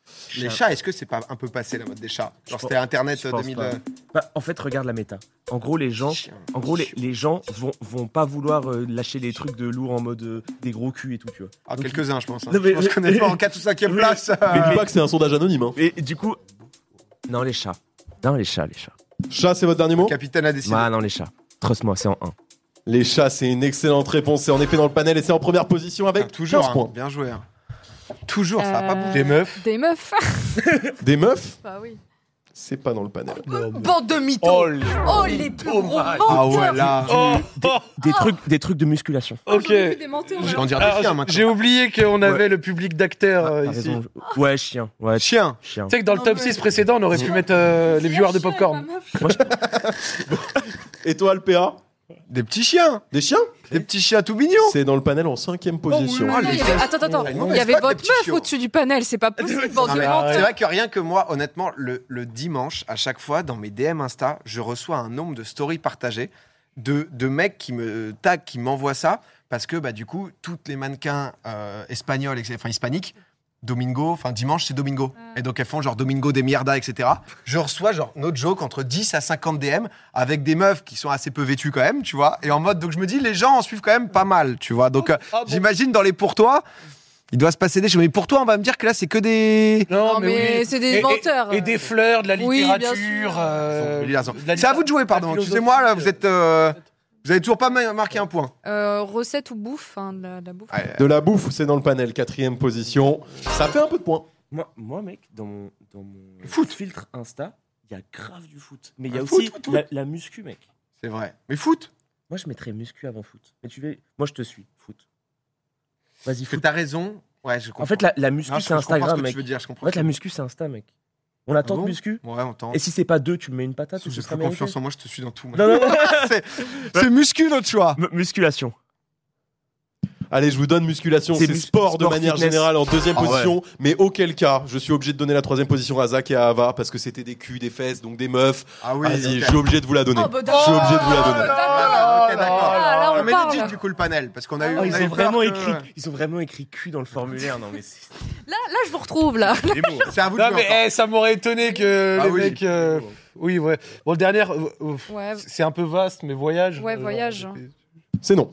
Speaker 1: Les chats, est-ce que c'est pas un peu passé la mode des chats? Genre
Speaker 3: Je
Speaker 1: c'était
Speaker 3: pense-
Speaker 1: Internet
Speaker 3: je pense
Speaker 1: deux mille.
Speaker 3: pas. Bah, en fait, regarde la méta. En gros, les gens,
Speaker 1: Chien.
Speaker 3: en gros, les, les gens vont, vont pas vouloir euh, lâcher les trucs de lourd en mode euh, des gros culs et tout, tu vois.
Speaker 1: Ah,
Speaker 3: Donc,
Speaker 1: quelques-uns, je pense. hein.
Speaker 3: Non, mais-
Speaker 1: Je pense qu'on est pas en quatre ou cinquième
Speaker 3: Oui.
Speaker 1: place.
Speaker 5: Mais
Speaker 1: euh,
Speaker 5: dis pas que c'est un sondage anonyme. Hein.
Speaker 3: Et, et du coup, non, les chats. Non, les chats, les chats.
Speaker 5: Chat, c'est votre dernier mot?
Speaker 1: Capitaine a décidé.
Speaker 3: Ah, non, les chats. Trust-moi, c'est en un.
Speaker 5: Les chats, c'est une excellente réponse. C'est en effet dans le panel et c'est en première position avec
Speaker 1: Ah, toujours,
Speaker 5: quinze
Speaker 1: hein.
Speaker 5: points.
Speaker 1: Bien joué. hein. Toujours, ça va pas
Speaker 4: Euh,
Speaker 1: bouger.
Speaker 2: Des meufs.
Speaker 4: Des meufs.
Speaker 5: Des meufs,
Speaker 4: Bah oui.
Speaker 5: c'est pas dans le panel.
Speaker 4: Bande de mythos.
Speaker 2: Oh, les-
Speaker 4: Oh, les plus gros
Speaker 2: Dommage.
Speaker 4: menteurs.
Speaker 1: Ah ouais, là.
Speaker 2: Oh, oh,
Speaker 3: Des trucs, des trucs de musculation.
Speaker 2: ok.
Speaker 4: J'en ai vu des menteurs,
Speaker 1: Je
Speaker 4: là.
Speaker 1: vais en dire des
Speaker 2: Alors,
Speaker 1: chiens maintenant.
Speaker 2: J'ai oublié qu'on avait
Speaker 3: Ouais.
Speaker 2: le public d'acteurs
Speaker 3: Ah,
Speaker 2: euh,
Speaker 3: t'as
Speaker 2: ici.
Speaker 3: raison. Ouais, chien. Ouais,
Speaker 1: Chien.
Speaker 3: chien.
Speaker 2: Tu sais que dans le
Speaker 4: Non,
Speaker 2: top
Speaker 4: mais-
Speaker 2: six précédent, on aurait pu mettre euh, les viewers de
Speaker 4: Chien,
Speaker 2: Popcorn.
Speaker 4: ma meuf.
Speaker 5: Et toi, le P A?
Speaker 1: Des petits chiens.
Speaker 5: Des chiens?
Speaker 1: Des petits chiens tout mignons.
Speaker 5: C'est dans le panel en cinquième position.
Speaker 1: Oh,
Speaker 4: Non,
Speaker 1: les
Speaker 4: il y avait-
Speaker 1: gars.
Speaker 4: Attends, attends,
Speaker 1: T'as une
Speaker 4: attends.
Speaker 1: mauvaise
Speaker 4: Il y avait
Speaker 1: cote, les
Speaker 4: votre
Speaker 1: petits
Speaker 4: meuf
Speaker 1: chiots.
Speaker 4: au-dessus du panel. C'est pas possible, bande
Speaker 1: Non,
Speaker 4: de
Speaker 1: mais
Speaker 4: menteurs.
Speaker 1: c'est vrai que rien que moi, honnêtement, le, le dimanche, à chaque fois, dans mes D M Insta, je reçois un nombre de stories partagées de, de mecs qui me taguent, qui m'envoient ça, parce que bah, du coup, toutes les mannequins euh, espagnols, et- enfin hispaniques, Domingo, enfin dimanche c'est Domingo.
Speaker 4: Ah.
Speaker 1: Et donc elles font genre Domingo de mierda, et cetera. Je reçois genre no joke entre dix à cinquante D M avec des meufs qui sont assez peu vêtues quand même, tu vois. Et en mode, donc je me dis, les gens en suivent quand même pas mal, tu vois. Donc euh,
Speaker 2: Ah bon.
Speaker 1: j'imagine dans les pour toi, il doit se passer des choses. Mais pour toi, on va me dire que là c'est que des.
Speaker 2: Non,
Speaker 4: Non, mais
Speaker 2: oui.
Speaker 4: c'est des
Speaker 2: Et- et-
Speaker 4: menteurs.
Speaker 2: Et, des fleurs, de la
Speaker 4: Oui, bien
Speaker 2: littérature.
Speaker 4: sûr.
Speaker 2: euh,
Speaker 1: Il a raison.
Speaker 2: de la
Speaker 1: C'est à vous de jouer, pardon.
Speaker 2: la philosophie,
Speaker 1: Excusez-moi, là, vous
Speaker 2: euh,
Speaker 1: êtes. euh, Vous avez toujours pas ma- marqué un point.
Speaker 4: Euh, recette ou bouffe, hein, de la, de la bouffe.
Speaker 5: De la bouffe, c'est dans le panel, quatrième position. Ça fait un peu de points.
Speaker 3: Moi, moi, mec, dans mon, dans mon
Speaker 1: Foot.
Speaker 3: filtre Insta, il y a grave du foot. Mais il y a
Speaker 1: Ah,
Speaker 3: aussi
Speaker 1: foot, foot, foot.
Speaker 3: La, la muscu, mec.
Speaker 1: C'est vrai. Mais foot.
Speaker 3: Moi, je mettrais muscu avant foot. Mais tu veux, moi, je te suis. Foot. Vas-y,
Speaker 1: Parce que
Speaker 3: foot.
Speaker 1: t'as raison. Ouais, je comprends.
Speaker 3: En fait, la, la muscu,
Speaker 1: Non, je-
Speaker 3: c'est
Speaker 1: je comprends
Speaker 3: Instagram,
Speaker 1: ce que
Speaker 3: mec.
Speaker 1: tu veux dire, je comprends.
Speaker 3: En fait, la muscu, c'est Insta, mec. On attend
Speaker 1: Ah
Speaker 3: de
Speaker 1: bon
Speaker 3: muscu.
Speaker 1: Ouais, on tente.
Speaker 3: Et si c'est pas deux, tu me mets une patate ou ce
Speaker 1: J'ai
Speaker 3: sera
Speaker 1: plus
Speaker 3: mérité.
Speaker 1: confiance en moi, je te suis dans tout. moi.
Speaker 3: Non, non, non.
Speaker 1: c'est c'est muscu notre choix.
Speaker 3: M- musculation.
Speaker 5: Allez, je vous donne musculation,
Speaker 3: C'est
Speaker 5: c'est
Speaker 3: mus-
Speaker 5: sport de
Speaker 3: sport
Speaker 5: manière
Speaker 3: fitness.
Speaker 5: générale en deuxième
Speaker 1: Ah ouais.
Speaker 5: position. Mais auquel cas, je suis obligé de donner la troisième position à Zach et à Ava parce que c'était des culs, des fesses, donc des meufs.
Speaker 1: Ah oui.
Speaker 5: Vas-y,
Speaker 1: ok.
Speaker 5: je suis obligé de vous la donner.
Speaker 4: Oh, bah,
Speaker 5: je suis obligé de vous la donner.
Speaker 4: d'accord.
Speaker 1: Ok, d'accord.
Speaker 4: Ah, là, on
Speaker 1: mais
Speaker 4: parle.
Speaker 1: legit, du coup le panel parce qu'on a eu.
Speaker 3: Oh,
Speaker 1: on
Speaker 3: ils,
Speaker 1: a
Speaker 3: ont
Speaker 1: eu peur
Speaker 3: vraiment
Speaker 1: que-
Speaker 3: écrit, ils ont vraiment écrit cul dans le formulaire. Non, mais c'est
Speaker 4: Là, là, je vous retrouve, là.
Speaker 3: des mots. hein.
Speaker 1: C'est à vous de
Speaker 2: Non,
Speaker 1: jouer
Speaker 2: mais
Speaker 1: encore.
Speaker 2: eh, ça m'aurait étonné que
Speaker 1: Ah
Speaker 2: les
Speaker 1: oui.
Speaker 2: mecs. euh, Oui, ouais. Bon, le dernier, euh, euh,
Speaker 4: Ouais.
Speaker 2: c'est un peu vaste, mais voyage.
Speaker 4: Ouais,
Speaker 2: euh,
Speaker 4: voyage.
Speaker 2: c'était-
Speaker 5: C'est non.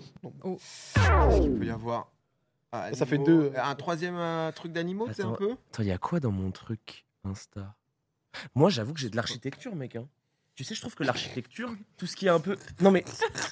Speaker 1: Il peut y avoir. ah,
Speaker 2: Ça fait
Speaker 1: animaux.
Speaker 2: deux.
Speaker 1: Un troisième euh, truc d'animaux, c'est un
Speaker 3: Attends.
Speaker 1: peu.
Speaker 3: Attends, il y a quoi dans mon truc Insta? Moi, j'avoue que j'ai de l'architecture, mec. Hein. Tu sais, je trouve que l'architecture, tout ce qui est un peu. Non, mais.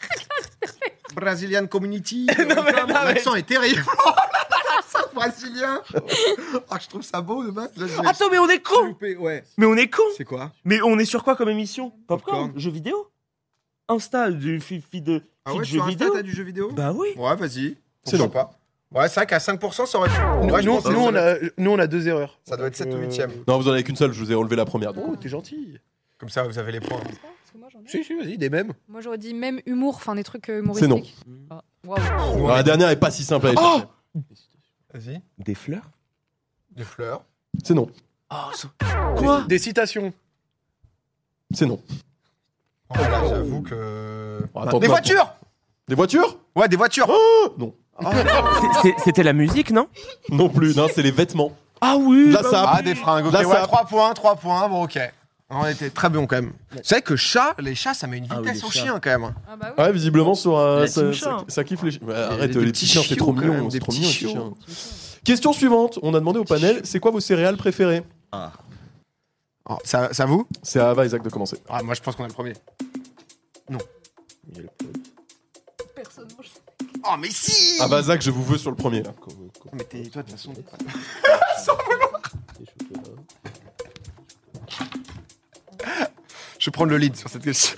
Speaker 1: Brazilian Community.
Speaker 3: Non, mais-
Speaker 1: Mon
Speaker 3: non, mais-
Speaker 1: accent est terrible. L'accent brésilien. Ah, je trouve ça beau de base. Là, je vais-
Speaker 3: Attends, mais on est
Speaker 1: j'ai
Speaker 3: con
Speaker 1: loupé, Ouais.
Speaker 3: Mais on est con
Speaker 1: C'est quoi
Speaker 3: Mais on est sur quoi comme émission Popcorn,
Speaker 1: Popcorn.
Speaker 3: Jeux vidéo Insta, du fi- fi de,
Speaker 1: Ah
Speaker 3: fi
Speaker 1: ouais,
Speaker 3: de
Speaker 1: sur
Speaker 3: jeux
Speaker 1: Insta,
Speaker 3: vidéo
Speaker 1: t'as du jeu vidéo
Speaker 3: Bah oui
Speaker 1: Ouais, vas-y.
Speaker 5: C'est
Speaker 1: Pourquoi pas. Ouais, c'est vrai qu'à cinq pour cent, ça aurait pu.
Speaker 2: Nous,
Speaker 1: Ouais, je
Speaker 2: nous,
Speaker 1: pense que
Speaker 2: nous,
Speaker 1: ça
Speaker 2: on
Speaker 1: doit être-
Speaker 2: a, nous, on a deux erreurs.
Speaker 1: Ça doit être sept ou
Speaker 2: Euh,
Speaker 1: huitième.
Speaker 5: Non, vous en avez qu'une seule, je vous ai relevé la première. donc.
Speaker 2: Oh, t'es gentil.
Speaker 1: Comme ça, vous avez les points.
Speaker 4: Parce que moi, j'en ai.
Speaker 2: Si, si, vas-y, des mêmes.
Speaker 4: Moi, j'aurais dit même humour, enfin des trucs euh,
Speaker 5: C'est non.
Speaker 4: humoristiques. Ah, waouh.
Speaker 5: Alors, la dernière est pas si simple à aller chercher.
Speaker 1: Vas-y.
Speaker 3: Des fleurs
Speaker 1: Des fleurs.
Speaker 5: C'est non.
Speaker 3: Quoi
Speaker 2: Des, des citations.
Speaker 5: C'est non.
Speaker 1: Oh, là, j'avoue que.
Speaker 5: Bon, attends,
Speaker 1: Des
Speaker 5: toi,
Speaker 1: voitures
Speaker 5: Des voitures
Speaker 1: Ouais, des voitures.
Speaker 5: Non.
Speaker 3: C'est- c'est- C'était la musique, non
Speaker 5: Non plus, non, c'est les vêtements.
Speaker 3: Ah oui
Speaker 5: Là,
Speaker 3: bah
Speaker 5: ça a-
Speaker 1: Ah, des fringues. Ok,
Speaker 5: Là,
Speaker 1: ouais,
Speaker 5: ça a-
Speaker 1: trois points, trois points. Bon, ok. On était très bon quand même. C'est vrai que chat, les chats, ça met une
Speaker 3: Ah oui,
Speaker 1: vitesse
Speaker 3: les
Speaker 1: au
Speaker 3: chats.
Speaker 1: chien quand même.
Speaker 4: Ah bah oui.
Speaker 5: Ouais, visiblement, sur un.
Speaker 3: La
Speaker 5: ça,
Speaker 3: team
Speaker 5: ça-
Speaker 3: chat, hein.
Speaker 5: ça kiffe les chiens. Ouais, arrête,
Speaker 1: des
Speaker 5: les
Speaker 1: petits
Speaker 5: petits chiens, c'est
Speaker 1: chiots,
Speaker 5: trop
Speaker 1: quand
Speaker 5: mignon.
Speaker 1: même,
Speaker 5: C'est
Speaker 1: des
Speaker 5: trop
Speaker 1: petits
Speaker 5: mignon, les
Speaker 1: chiots.
Speaker 5: chiens. Question suivante. On a demandé au panel c'est quoi vos céréales préférées
Speaker 1: Oh, ça, ça vous
Speaker 5: C'est à Ava, Isaac, de commencer.
Speaker 1: Ah, moi je pense qu'on est le premier.
Speaker 4: Personne mange.
Speaker 1: Oh, mais si
Speaker 5: Ava, Zach, je vous veux sur le premier. Là.
Speaker 1: Mais t'es, toi, de toute façon. Je vais prendre le lead sur cette question.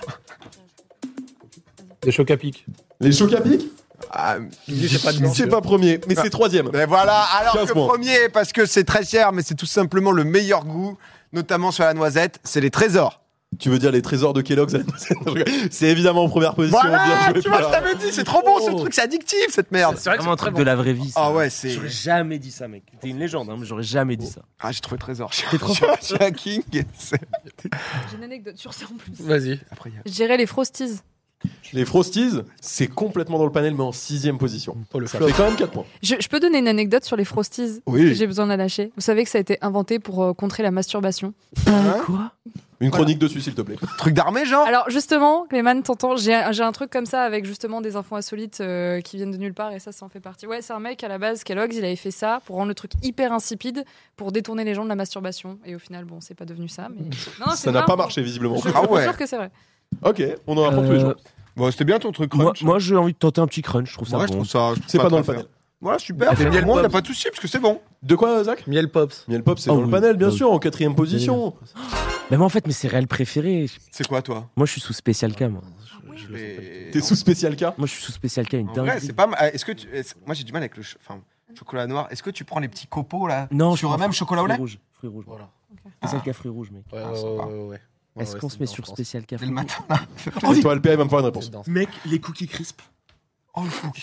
Speaker 2: Des chocs à pic.
Speaker 5: Les chocs à pic
Speaker 1: Ah,
Speaker 2: C'est pas de
Speaker 5: C'est pas premier, mais
Speaker 1: Ah.
Speaker 5: c'est troisième.
Speaker 1: mais voilà, alors
Speaker 5: quinze
Speaker 1: que
Speaker 5: points.
Speaker 1: premier, parce que c'est très cher, mais c'est tout simplement le meilleur goût, notamment sur la noisette, c'est les trésors.
Speaker 5: Tu veux dire les trésors de Kellogg's à la noisette. C'est évidemment en première position.
Speaker 1: Voilà,
Speaker 5: bien joué,
Speaker 1: tu vois, je
Speaker 5: Pierre.
Speaker 1: t'avais dit, c'est trop bon ce
Speaker 2: Oh.
Speaker 1: truc, c'est addictif cette merde.
Speaker 2: C'est vrai que
Speaker 3: Vraiment un
Speaker 2: c'est très
Speaker 3: truc
Speaker 2: bon.
Speaker 3: de la vraie vie. ça.
Speaker 1: Ah ouais, c'est.
Speaker 3: J'aurais jamais dit ça, mec. T'es une légende, hein, mais j'aurais jamais dit ça.
Speaker 1: Ah, j'ai trouvé trésor.
Speaker 3: T'es trop
Speaker 1: fort. J'ai un king. c'est-
Speaker 4: J'ai une anecdote sur ça en plus.
Speaker 2: Vas-y.
Speaker 1: Après, il y a-
Speaker 4: Je dirais les Frosties.
Speaker 5: Les Frosties, c'est complètement dans le panel, mais en sixième position.
Speaker 2: Oh, le
Speaker 5: Ça
Speaker 2: flop.
Speaker 5: fait quand même quatre points.
Speaker 4: Je, je peux donner une anecdote sur les Frosties
Speaker 1: Oui.
Speaker 4: parce que j'ai besoin de la lâcher. Vous savez que ça a été inventé pour euh, contrer la masturbation.
Speaker 1: Hein
Speaker 3: Quoi?
Speaker 5: Une chronique dessus, s'il te plaît.
Speaker 1: Truc d'armée, genre
Speaker 4: Alors justement, Clément, t'entends, j'ai un, j'ai un truc comme ça avec justement des infos insolites euh, qui viennent de nulle part et ça, ça en fait partie. Ouais, c'est un mec à la base, Kellogg's, il avait fait ça pour rendre le truc hyper insipide, pour détourner les gens de la masturbation. Et au final, bon, c'est pas devenu ça, mais non, c'est
Speaker 5: Ça n'a
Speaker 4: vrai,
Speaker 5: pas
Speaker 4: on-
Speaker 5: marché, visiblement.
Speaker 4: Je,
Speaker 1: Ah
Speaker 4: je
Speaker 1: ouais.
Speaker 4: suis sûr que c'est vrai.
Speaker 5: Ok, on en apprend tous les
Speaker 3: Euh,
Speaker 5: jours.
Speaker 1: Bon, c'était bien ton truc,
Speaker 3: Moi,
Speaker 1: crunch.
Speaker 3: moi, j'ai envie de tenter un petit crunch. Je trouve ça
Speaker 1: Ouais, je
Speaker 3: bon.
Speaker 1: trouve ça. je trouve
Speaker 5: C'est
Speaker 1: ça
Speaker 5: pas dans le
Speaker 1: très
Speaker 5: panel.
Speaker 1: fair. Voilà, super.
Speaker 2: Ah,
Speaker 1: Pour
Speaker 2: miel
Speaker 1: moi, on n'a
Speaker 2: pop.
Speaker 1: pas de soucis parce que c'est bon.
Speaker 5: De quoi, Zach
Speaker 2: Miel Pops.
Speaker 5: Miel Pop, c'est
Speaker 3: Ah
Speaker 5: dans le
Speaker 3: oui.
Speaker 5: panel, bien
Speaker 3: Ah oui.
Speaker 5: sûr, en quatrième position.
Speaker 3: Mais moi, en fait, mes céréales préférées.
Speaker 1: C'est quoi, toi
Speaker 3: Moi, je suis sous Spécial K, moi.
Speaker 1: Mais-
Speaker 5: T'es sous spécial K.
Speaker 3: Moi, je suis sous Spécial K, une
Speaker 1: En vrai,
Speaker 3: dingue.
Speaker 1: c'est pas mal. Est-ce que tu... est-ce- moi j'ai du mal avec le cho- enfin, chocolat noir. Est-ce que tu prends les petits copeaux là
Speaker 3: Non,
Speaker 1: sur
Speaker 3: je
Speaker 1: un même chocolat au lait
Speaker 3: Fruits rouges. Fruits rouges.
Speaker 2: Voilà.
Speaker 3: Spécial K, fruits rouges, mec.
Speaker 2: Ouais,
Speaker 1: Ah,
Speaker 2: ouais,
Speaker 1: sympa.
Speaker 2: ouais, ouais, ouais.
Speaker 3: Est-ce
Speaker 2: Ouais,
Speaker 3: qu'on
Speaker 2: c'est
Speaker 3: se met
Speaker 2: bien,
Speaker 3: sur
Speaker 2: je pense.
Speaker 3: Spécial K,
Speaker 1: Dès
Speaker 3: fruits
Speaker 1: le
Speaker 3: rouges
Speaker 1: matin là.
Speaker 5: Et toi, L P A, il va me faire une réponse.
Speaker 3: Mec, les cookies crisp.
Speaker 1: Oh le fou.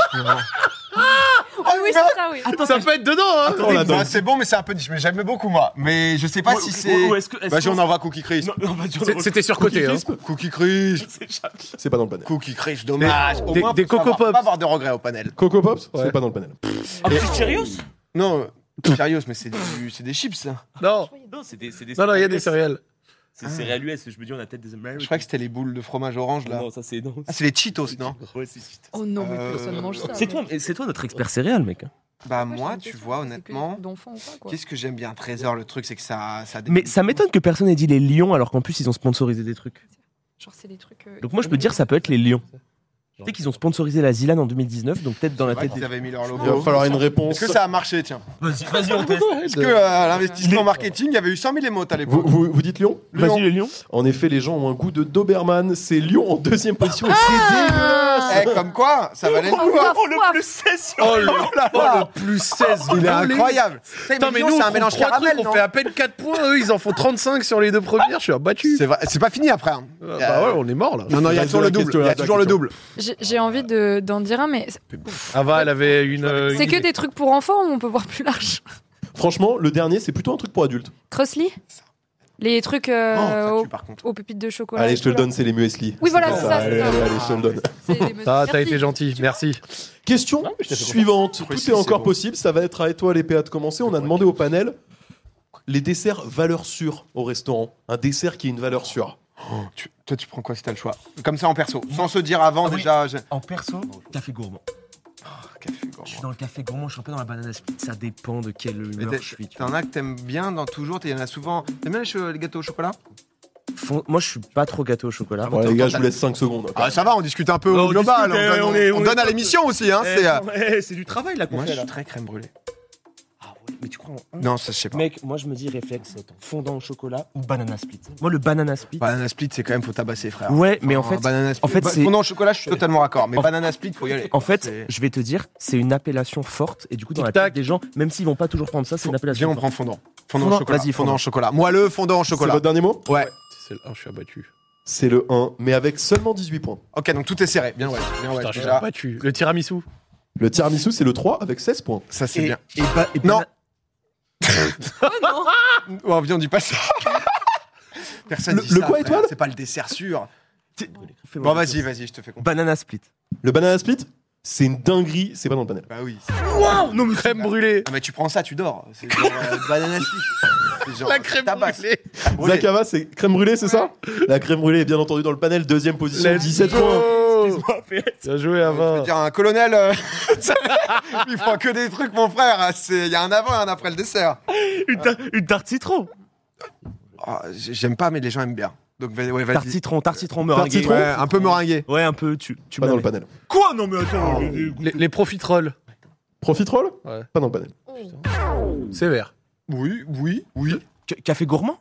Speaker 4: Oh oui, c'est ça, oui.
Speaker 2: Ça peut être dedans, hein.
Speaker 5: On la donne.
Speaker 1: Bah, c'est bon, mais c'est un peu niche. Mais j'aime beaucoup moi. Mais je sais pas si c'est.
Speaker 3: Ou est-ce que. est-ce
Speaker 1: Vas-y,
Speaker 3: qu'on-
Speaker 1: on envoie Cookie Crisp.
Speaker 3: Non, non, vas-y, on
Speaker 2: C'est-
Speaker 3: envoie-
Speaker 2: C'était surcoté, hein.
Speaker 5: Crisp,
Speaker 1: Cookie Crisp.
Speaker 5: c'est pas dans le panel.
Speaker 1: Cookie Crisp, dommage. Au
Speaker 2: Des-
Speaker 1: moins,
Speaker 2: des
Speaker 1: pour
Speaker 2: Coco
Speaker 1: savoir-
Speaker 2: Pops.
Speaker 1: Pas avoir de regrets au panel.
Speaker 5: Coco Pops,
Speaker 2: Ouais.
Speaker 5: c'est pas dans le panel.
Speaker 3: Un petit Cheerios?
Speaker 1: Non, sérieux, mais c'est du... c'est des chips ça.
Speaker 2: Non,
Speaker 3: Non, c'est des, c'est des
Speaker 2: non, non, il y a des
Speaker 3: U S.
Speaker 2: céréales.
Speaker 3: C'est céréales U S. Je me dis, on a peut-être des Americans.
Speaker 1: Je crois que c'était les boules de fromage orange là.
Speaker 3: Non, ça c'est non.
Speaker 1: Ah, c'est les Cheetos, non
Speaker 3: Ouais, c'est c'est-
Speaker 4: Oh non, mais
Speaker 1: Euh,
Speaker 4: personne ne mange ça.
Speaker 3: C'est toi, c'est toi notre expert céréales, mec.
Speaker 1: Bah
Speaker 4: Moi,
Speaker 1: moi,
Speaker 4: j'ai une
Speaker 1: tu
Speaker 4: question,
Speaker 1: vois,
Speaker 4: c'est que
Speaker 1: honnêtement,
Speaker 4: d'enfants ou pas, quoi.
Speaker 1: qu'est-ce que j'aime bien Trésor, le truc, c'est que ça... ça
Speaker 3: Mais ça m'étonne que personne ait dit les lions alors qu'en plus ils ont sponsorisé des trucs.
Speaker 4: Genre, c'est des trucs. euh,
Speaker 3: Donc moi je peux dire ça peut être les lions. Tu sais qu'ils ont sponsorisé la Zilan en deux mille dix-neuf, donc peut-être dans la tête
Speaker 1: Ils
Speaker 3: des...
Speaker 1: avaient mis leur
Speaker 5: Il va
Speaker 1: logo.
Speaker 5: falloir une réponse.
Speaker 1: Est-ce que ça a marché, tiens?
Speaker 3: Vas-y, vas-y, on teste.
Speaker 1: Est-ce que euh, l'investissement marketing, il y avait eu cent mille émotes à
Speaker 5: Vous,
Speaker 1: l'époque?
Speaker 5: vous, vous dites Lyon
Speaker 1: Lyon.
Speaker 3: Vas-y les lions.
Speaker 5: En effet, les gens ont un goût de Doberman. C'est Lyon en deuxième position. et
Speaker 1: Ah
Speaker 5: c'est dégueulasse.
Speaker 1: Eh, comme quoi, ça valait le coup. hein.
Speaker 3: Oh le plus seize sur
Speaker 2: Oh, le,
Speaker 1: Oh là
Speaker 2: oh,
Speaker 1: là.
Speaker 2: le plus seize.
Speaker 1: Il est
Speaker 2: volé.
Speaker 1: incroyable. Putain,
Speaker 2: Putain, mais
Speaker 1: Lyon,
Speaker 2: nous,
Speaker 1: c'est
Speaker 2: on
Speaker 1: un mélange
Speaker 2: trouve trois
Speaker 1: caramel,
Speaker 2: trucs,
Speaker 1: non?
Speaker 2: on fait à peine quatre points, eux, ils en font trente-cinq sur les deux premières, je suis abattu.
Speaker 1: C'est vrai, c'est pas fini après. hein.
Speaker 2: Ah, bah ouais, on est mort là.
Speaker 1: Non, non, il y a
Speaker 5: Reste
Speaker 1: toujours
Speaker 5: de
Speaker 1: le
Speaker 5: la
Speaker 1: double.
Speaker 5: question,
Speaker 1: Il y a
Speaker 5: reste de la
Speaker 1: toujours le
Speaker 5: question.
Speaker 1: double.
Speaker 4: J'ai j'ai envie de- d'en dire un, mais
Speaker 2: Ava, elle avait une. euh,
Speaker 4: c'est
Speaker 2: une
Speaker 4: que
Speaker 2: idée.
Speaker 4: des trucs pour enfants ou on peut voir plus large?
Speaker 5: Franchement, le dernier, c'est plutôt un truc pour adultes.
Speaker 4: Crossly? Les trucs euh,
Speaker 1: Oh, ça
Speaker 4: aux,
Speaker 1: tue par contre.
Speaker 4: aux pépites de chocolat.
Speaker 5: Allez,
Speaker 4: et
Speaker 5: je te le
Speaker 4: tout, là.
Speaker 5: donne, c'est les muesli.
Speaker 4: Oui, voilà, c'est ça,
Speaker 5: Allez,
Speaker 4: c'est ça.
Speaker 5: allez, allez, je te le donne.
Speaker 4: C'est des mesures.
Speaker 2: Ah, t'as
Speaker 4: Merci.
Speaker 2: été gentil, merci.
Speaker 5: Question
Speaker 2: Non, mais je t'ai fait
Speaker 5: suivante. Tout
Speaker 1: Précis,
Speaker 5: est encore
Speaker 1: c'est bon.
Speaker 5: possible. Ça va être à toi, les P A, de commencer. On a demandé au panel les desserts valeur sûre au restaurant. Un dessert qui est une valeur sûre.
Speaker 1: Tu- Toi, tu prends quoi si t'as le choix? Comme ça en perso, sans se dire avant
Speaker 3: Ah oui.
Speaker 1: déjà. je-
Speaker 3: En perso, café gourmand.
Speaker 1: Café
Speaker 3: Je suis
Speaker 1: gourmand.
Speaker 3: dans le café gourmand, je suis un peu dans la banana split, ça dépend de quelle
Speaker 1: Mais
Speaker 3: humeur
Speaker 1: t'es-
Speaker 3: je suis. tu vois.
Speaker 1: T'en as que t'aimes bien dans toujours, il y en a souvent. T'aimes bien les, che- les gâteaux au chocolat?
Speaker 3: Fond- Moi je suis pas trop gâteau au chocolat.
Speaker 1: Ah bon,
Speaker 5: Ouais,
Speaker 1: t'as-
Speaker 5: les gars,
Speaker 1: t'as-
Speaker 5: je vous laisse cinq secondes.
Speaker 1: Ah, ça va, on discute un peu
Speaker 3: Non,
Speaker 1: au
Speaker 3: on
Speaker 1: global.
Speaker 3: discute,
Speaker 1: on donne,
Speaker 3: on est-
Speaker 1: on
Speaker 3: on
Speaker 1: donne
Speaker 3: est
Speaker 1: à
Speaker 3: pas-
Speaker 1: l'émission aussi. Hein, c'est, euh,
Speaker 3: Eh, eh, c'est du travail là qu'on
Speaker 1: Moi,
Speaker 3: fait
Speaker 1: je
Speaker 3: là.
Speaker 1: suis très crème brûlée.
Speaker 3: Ah ouais, mais tu crois en un
Speaker 1: Non, ça, je sais pas.
Speaker 3: Mec, moi je me dis réflexe, attends, fondant au chocolat ou banana split. Moi le banana split.
Speaker 1: Banana split, c'est quand même, faut tabasser, frère.
Speaker 3: Ouais, mais en
Speaker 1: Enfin,
Speaker 3: fait,
Speaker 1: banana split.
Speaker 3: en fait,
Speaker 1: Bah,
Speaker 3: c'est-
Speaker 1: fondant au chocolat, je suis totalement raccord. Mais
Speaker 3: En-
Speaker 1: banana split, faut y aller.
Speaker 3: en fait,
Speaker 1: C'est-
Speaker 3: je vais te dire, c'est une appellation forte et du coup dans la
Speaker 2: Tic-tac.
Speaker 3: tête des gens, même s'ils vont pas toujours prendre ça, c'est une
Speaker 1: Viens,
Speaker 3: appellation.
Speaker 1: on
Speaker 3: forte.
Speaker 1: prend fondant. Fondant au
Speaker 3: Fondant,
Speaker 1: chocolat.
Speaker 3: vas-y,
Speaker 1: Fondant
Speaker 3: fondant.
Speaker 1: au chocolat. Moelleux, fondant au
Speaker 5: C'est
Speaker 1: chocolat.
Speaker 5: votre dernier mot?
Speaker 1: Ouais.
Speaker 2: C'est le un, je suis abattu.
Speaker 5: C'est le un, mais avec seulement dix-huit points.
Speaker 1: Ok, donc tout est serré. Bien, ouais. Bien, ouais.
Speaker 2: Putain, je suis
Speaker 1: Déjà,
Speaker 2: abattu. Le tiramisu.
Speaker 5: Le tiramisu, c'est le trois avec seize points.
Speaker 1: ça, c'est
Speaker 3: Et,
Speaker 1: bien.
Speaker 3: et ba- et
Speaker 1: Non.
Speaker 3: bana-
Speaker 4: Oh non.
Speaker 1: Oh, viens, on dit pas ça. Personne
Speaker 5: Le-
Speaker 1: dit
Speaker 5: le
Speaker 1: ça,
Speaker 5: quoi,
Speaker 1: frère.
Speaker 5: étoile
Speaker 1: C'est pas le dessert sûr.
Speaker 3: Fais-moi
Speaker 1: Bon, vas-y,
Speaker 3: confiance.
Speaker 1: vas-y, je te fais confiance.
Speaker 3: Banana split.
Speaker 5: Le banana split, c'est une dinguerie. C'est pas dans le panel.
Speaker 1: Bah oui.
Speaker 3: Waouh, non mais
Speaker 2: Crème brûlée.
Speaker 1: Ah, mais tu prends ça, tu dors. C'est genre euh, banana split. C'est genre,
Speaker 2: La crème
Speaker 1: tabasse.
Speaker 2: brûlée.
Speaker 1: Crème brûlée.
Speaker 5: Zakava, c'est crème brûlée, c'est ça? La crème brûlée est bien entendu dans le panel. Deuxième position,
Speaker 2: Let's
Speaker 5: dix-sept
Speaker 2: go.
Speaker 5: points.
Speaker 2: Bien joué,
Speaker 1: Je
Speaker 2: Ava.
Speaker 1: veux dire, un colonel, euh, il prend que des trucs, mon frère. C'est- Il y a un avant et un après le dessert.
Speaker 3: une, ta- une tarte citron.
Speaker 1: Oh, j- J'aime pas, mais les gens aiment bien. Donc, va- ouais,
Speaker 3: Tarte
Speaker 1: vas-y.
Speaker 3: citron, tarte citron meringuée.
Speaker 5: citron.
Speaker 1: Ouais, un peu meringué.
Speaker 3: Ouais, un peu, tu, tu
Speaker 5: Pas dans
Speaker 3: m'avais-
Speaker 5: le panel.
Speaker 3: Quoi? Non mais attends.
Speaker 2: Les, les profiteroles.
Speaker 5: Profiterole?
Speaker 2: Ouais.
Speaker 5: Pas dans le panel.
Speaker 2: Sévère.
Speaker 1: Oui, oui, oui.
Speaker 3: Ca- Café gourmand?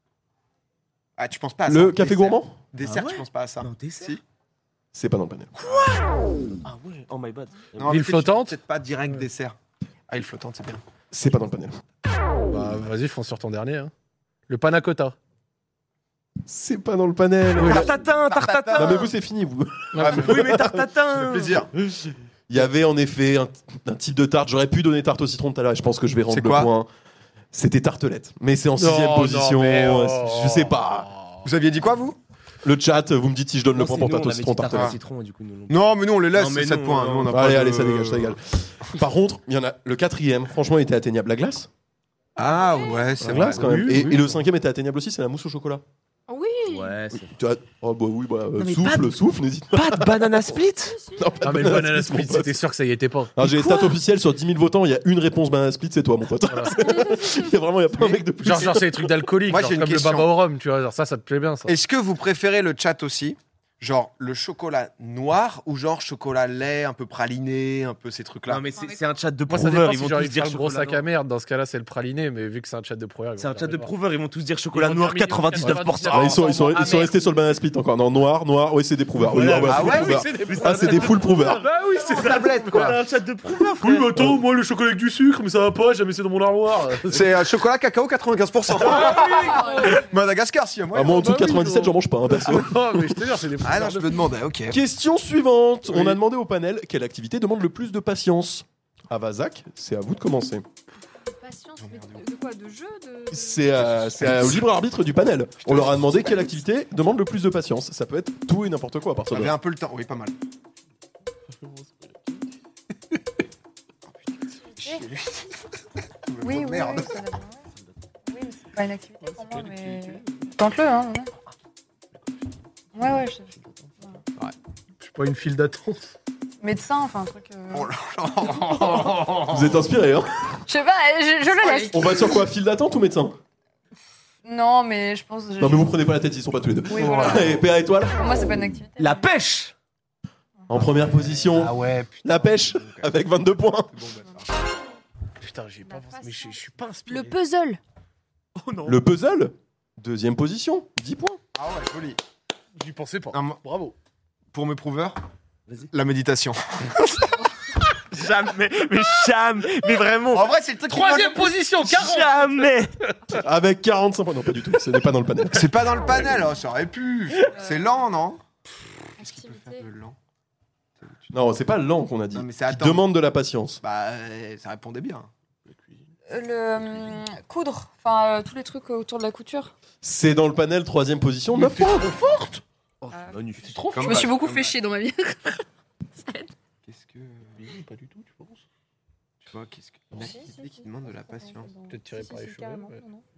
Speaker 1: Ah, tu penses pas à ça.
Speaker 5: Le café
Speaker 1: Dessert.
Speaker 5: gourmand?
Speaker 1: Dessert,
Speaker 3: Ah ouais
Speaker 1: tu penses pas à ça.
Speaker 3: Non, dessert.
Speaker 1: Si.
Speaker 5: C'est pas dans le panel.
Speaker 3: Ah ouais, oh my bad.
Speaker 1: Non,
Speaker 2: L'île
Speaker 1: mais
Speaker 2: flottante
Speaker 1: peut-être pas direct dessert. Ah, île flottante, c'est bien.
Speaker 5: C'est pas dans le panel.
Speaker 2: Bah, vas-y, fonce sur ton dernier. hein. Le panna cotta.
Speaker 5: C'est pas dans le panel.
Speaker 3: Tartatin, tartatin.
Speaker 5: Non mais vous c'est fini vous.
Speaker 1: Ah, mais-
Speaker 3: Oui mais tartatin.
Speaker 1: Ça fait plaisir.
Speaker 5: Il y avait en effet un, un type de tarte. J'aurais pu donner tarte au citron tout à l'heure. et Je pense que je vais rendre
Speaker 1: C'est
Speaker 5: le
Speaker 1: quoi
Speaker 5: point. C'était tartelette. Mais c'est en sixième
Speaker 2: Non,
Speaker 5: position.
Speaker 2: non, mais oh.
Speaker 5: Je sais pas.
Speaker 1: Vous aviez dit quoi, vous?
Speaker 5: Le chat, vous me dites si je donne le
Speaker 3: Non,
Speaker 5: point
Speaker 3: c'est
Speaker 5: pour
Speaker 3: nous, on
Speaker 5: Tato
Speaker 3: avait
Speaker 5: Citron
Speaker 3: dit tarte
Speaker 5: Tartare.
Speaker 3: au citron, et du coup, nous, non.
Speaker 1: Non, mais nous, on les laisse,
Speaker 3: Non, mais
Speaker 1: c'est sept
Speaker 3: non,
Speaker 1: points.
Speaker 3: non.
Speaker 1: Nous, on n'a pas
Speaker 5: Allez,
Speaker 1: de-
Speaker 5: allez, ça dégage, ça dégage. Par contre, il y en a le quatrième. Franchement, il était atteignable. La glace.
Speaker 1: Ah ouais, c'est
Speaker 5: La
Speaker 1: vrai.
Speaker 5: glace quand même.
Speaker 1: Oui,
Speaker 5: Et,
Speaker 1: oui.
Speaker 5: et le cinquième était atteignable aussi, c'est la mousse au chocolat.
Speaker 4: Oui.
Speaker 3: Ouais, c'est...
Speaker 5: Tu as- Oh bah oui, bah euh,
Speaker 3: Non, mais
Speaker 5: souffle,
Speaker 3: pas de-
Speaker 5: souffle, n'hésite pas.
Speaker 3: Pas de banana split.
Speaker 5: Non, pas
Speaker 2: Ah,
Speaker 5: de
Speaker 2: mais le
Speaker 5: banana
Speaker 2: banana
Speaker 5: split,
Speaker 2: split,
Speaker 5: mon pote.
Speaker 2: c'était sûr que ça y était pas.
Speaker 5: Alors j'ai les
Speaker 3: quoi
Speaker 5: stats officielles sur dix mille votants, il y a une réponse banana split, c'est toi mon pote.
Speaker 2: Voilà.
Speaker 5: Il y a vraiment, il y a pas un mec de plus.
Speaker 2: Genre, genre c'est des trucs d'alcoolique,
Speaker 1: Moi,
Speaker 2: genre
Speaker 1: j'ai une
Speaker 2: comme
Speaker 1: question.
Speaker 2: le baba au rhum, tu vois. Genre ça, ça te plaît bien, ça.
Speaker 1: Est-ce que vous préférez le chat aussi? Genre le chocolat noir ou genre chocolat lait, un peu praliné, un peu ces trucs-là?
Speaker 3: Non, mais c'est, c'est un chat de
Speaker 2: Moi, ça
Speaker 3: prouveurs.
Speaker 2: dépend
Speaker 3: Ils
Speaker 2: si
Speaker 3: vont
Speaker 2: j'ai envie
Speaker 3: tous
Speaker 2: de faire
Speaker 3: dire
Speaker 2: le gros
Speaker 3: chocolat
Speaker 2: sac à
Speaker 3: noir.
Speaker 2: merde. Dans ce cas-là, c'est le praliné, mais vu que c'est un chat de prouveurs.
Speaker 3: C'est un chat de
Speaker 2: prouveurs.
Speaker 3: prouveurs. Ils vont tous dire chocolat
Speaker 2: Ils vont
Speaker 3: noir
Speaker 2: terminer-
Speaker 3: quatre-vingt-dix-neuf pour cent.
Speaker 5: Ah, ils sont, ils sont, ils sont
Speaker 2: Ah,
Speaker 5: restés sur le banana split encore. Non, noir, noir, oui, c'est des prouveurs. Oui,
Speaker 2: Voilà,
Speaker 5: ah, ouais,
Speaker 1: ah
Speaker 5: full
Speaker 1: ouais,
Speaker 5: prouveurs.
Speaker 2: c'est des
Speaker 5: Ah, c'est des full prouveurs.
Speaker 2: Bah oui, c'est ça.
Speaker 1: tablette quoi.
Speaker 3: Voilà, un chat de prouveurs,
Speaker 2: Oui,
Speaker 3: frère.
Speaker 2: mais attends, moi le chocolat avec du sucre, mais ça va pas, j'ai jamais essayé dans mon armoire.
Speaker 1: C'est euh, chocolat cacao quatre-vingt-quinze pour cent. Madagascar, si, moi.
Speaker 5: Ah, moi en dessous de
Speaker 2: bah oui,
Speaker 5: quatre-vingt-dix-sept,
Speaker 2: non.
Speaker 5: j'en mange pas, hein, perso.
Speaker 2: Non, mais je te jure, c'est des
Speaker 1: Ah non, je me demandais, ok.
Speaker 5: Question suivante.
Speaker 1: Oui.
Speaker 5: On a demandé au panel quelle activité demande le plus de patience. Avazak, c'est à vous de commencer.
Speaker 4: Patience, mais de, de quoi? De jeu de...
Speaker 5: C'est euh, c'est, euh, au libre arbitre du panel. On leur a demandé quelle activité demande le plus de patience. Ça peut être tout et n'importe quoi à partir
Speaker 1: On
Speaker 5: de
Speaker 1: avait
Speaker 5: là.
Speaker 1: un peu le temps, oui, pas mal.
Speaker 4: Oui, oui,
Speaker 1: Merde.
Speaker 4: oui, ça va bien. Oui, mais c'est pas une activité pour moi, mais... Tente-le, hein. Ouais, ouais, ouais. Je...
Speaker 2: Je suis pas une file d'attente.
Speaker 4: Médecin, enfin, un truc... euh,
Speaker 1: Oh là
Speaker 5: Vous êtes inspiré, hein?
Speaker 4: Je sais pas, je, je le laisse.
Speaker 5: On va sur quoi? File d'attente ou médecin?
Speaker 4: Non, mais je pense... je-
Speaker 5: Non, mais vous prenez pas la tête, ils sont pas tous les deux.
Speaker 4: Oui, voilà.
Speaker 5: Et P A étoile?
Speaker 4: Pour moi, c'est pas une activité.
Speaker 3: La pêche.
Speaker 5: En première position,
Speaker 3: Ah ouais, putain.
Speaker 5: la pêche, avec vingt-deux points.
Speaker 2: Putain, j'y ai pas
Speaker 4: La
Speaker 2: pensé, mais je, je suis pas inspiré.
Speaker 4: Le puzzle.
Speaker 3: Oh non.
Speaker 5: Le puzzle, deuxième position, dix points.
Speaker 1: Ah ouais, joli.
Speaker 2: J'y pensais pas.
Speaker 1: Non, moi-
Speaker 2: Bravo.
Speaker 1: Pour mes prouveurs,
Speaker 3: Vas-y.
Speaker 1: la méditation.
Speaker 3: Jamais, mais jamais, mais vraiment.
Speaker 1: En vrai, c'est le truc qui
Speaker 2: Troisième
Speaker 1: manque-
Speaker 2: position, quarante.
Speaker 3: Jamais.
Speaker 5: Avec quarante-cinq points. Non, pas du tout, ce n'est pas dans le panel.
Speaker 1: C'est pas dans le panel, oh, ça aurait pu. C'est lent, non? Qu'est-ce qu'il peut faire de lent?
Speaker 5: Non, c'est pas lent qu'on a dit.
Speaker 1: Non, mais c'est
Speaker 5: Qui
Speaker 1: attendre.
Speaker 5: demande de la patience.
Speaker 1: Bah, euh, ça répondait bien.
Speaker 4: Euh, Le hum, coudre, enfin, euh, tous les trucs autour de la couture.
Speaker 5: C'est dans le panel, troisième position, neuf points.
Speaker 3: Oh,
Speaker 4: Ah.
Speaker 3: Manu.
Speaker 2: C'est trop
Speaker 1: Comme
Speaker 4: Je me suis
Speaker 1: balle,
Speaker 4: beaucoup
Speaker 1: comme
Speaker 4: fait
Speaker 1: balle.
Speaker 4: chier dans ma vie.
Speaker 1: Qu'est-ce que.
Speaker 2: Pas du tout, tu penses?
Speaker 1: Tu vois, qu'est-ce que. Une activité qui demande de la patience.
Speaker 2: Peut-être tiré par les cheveux, ouais.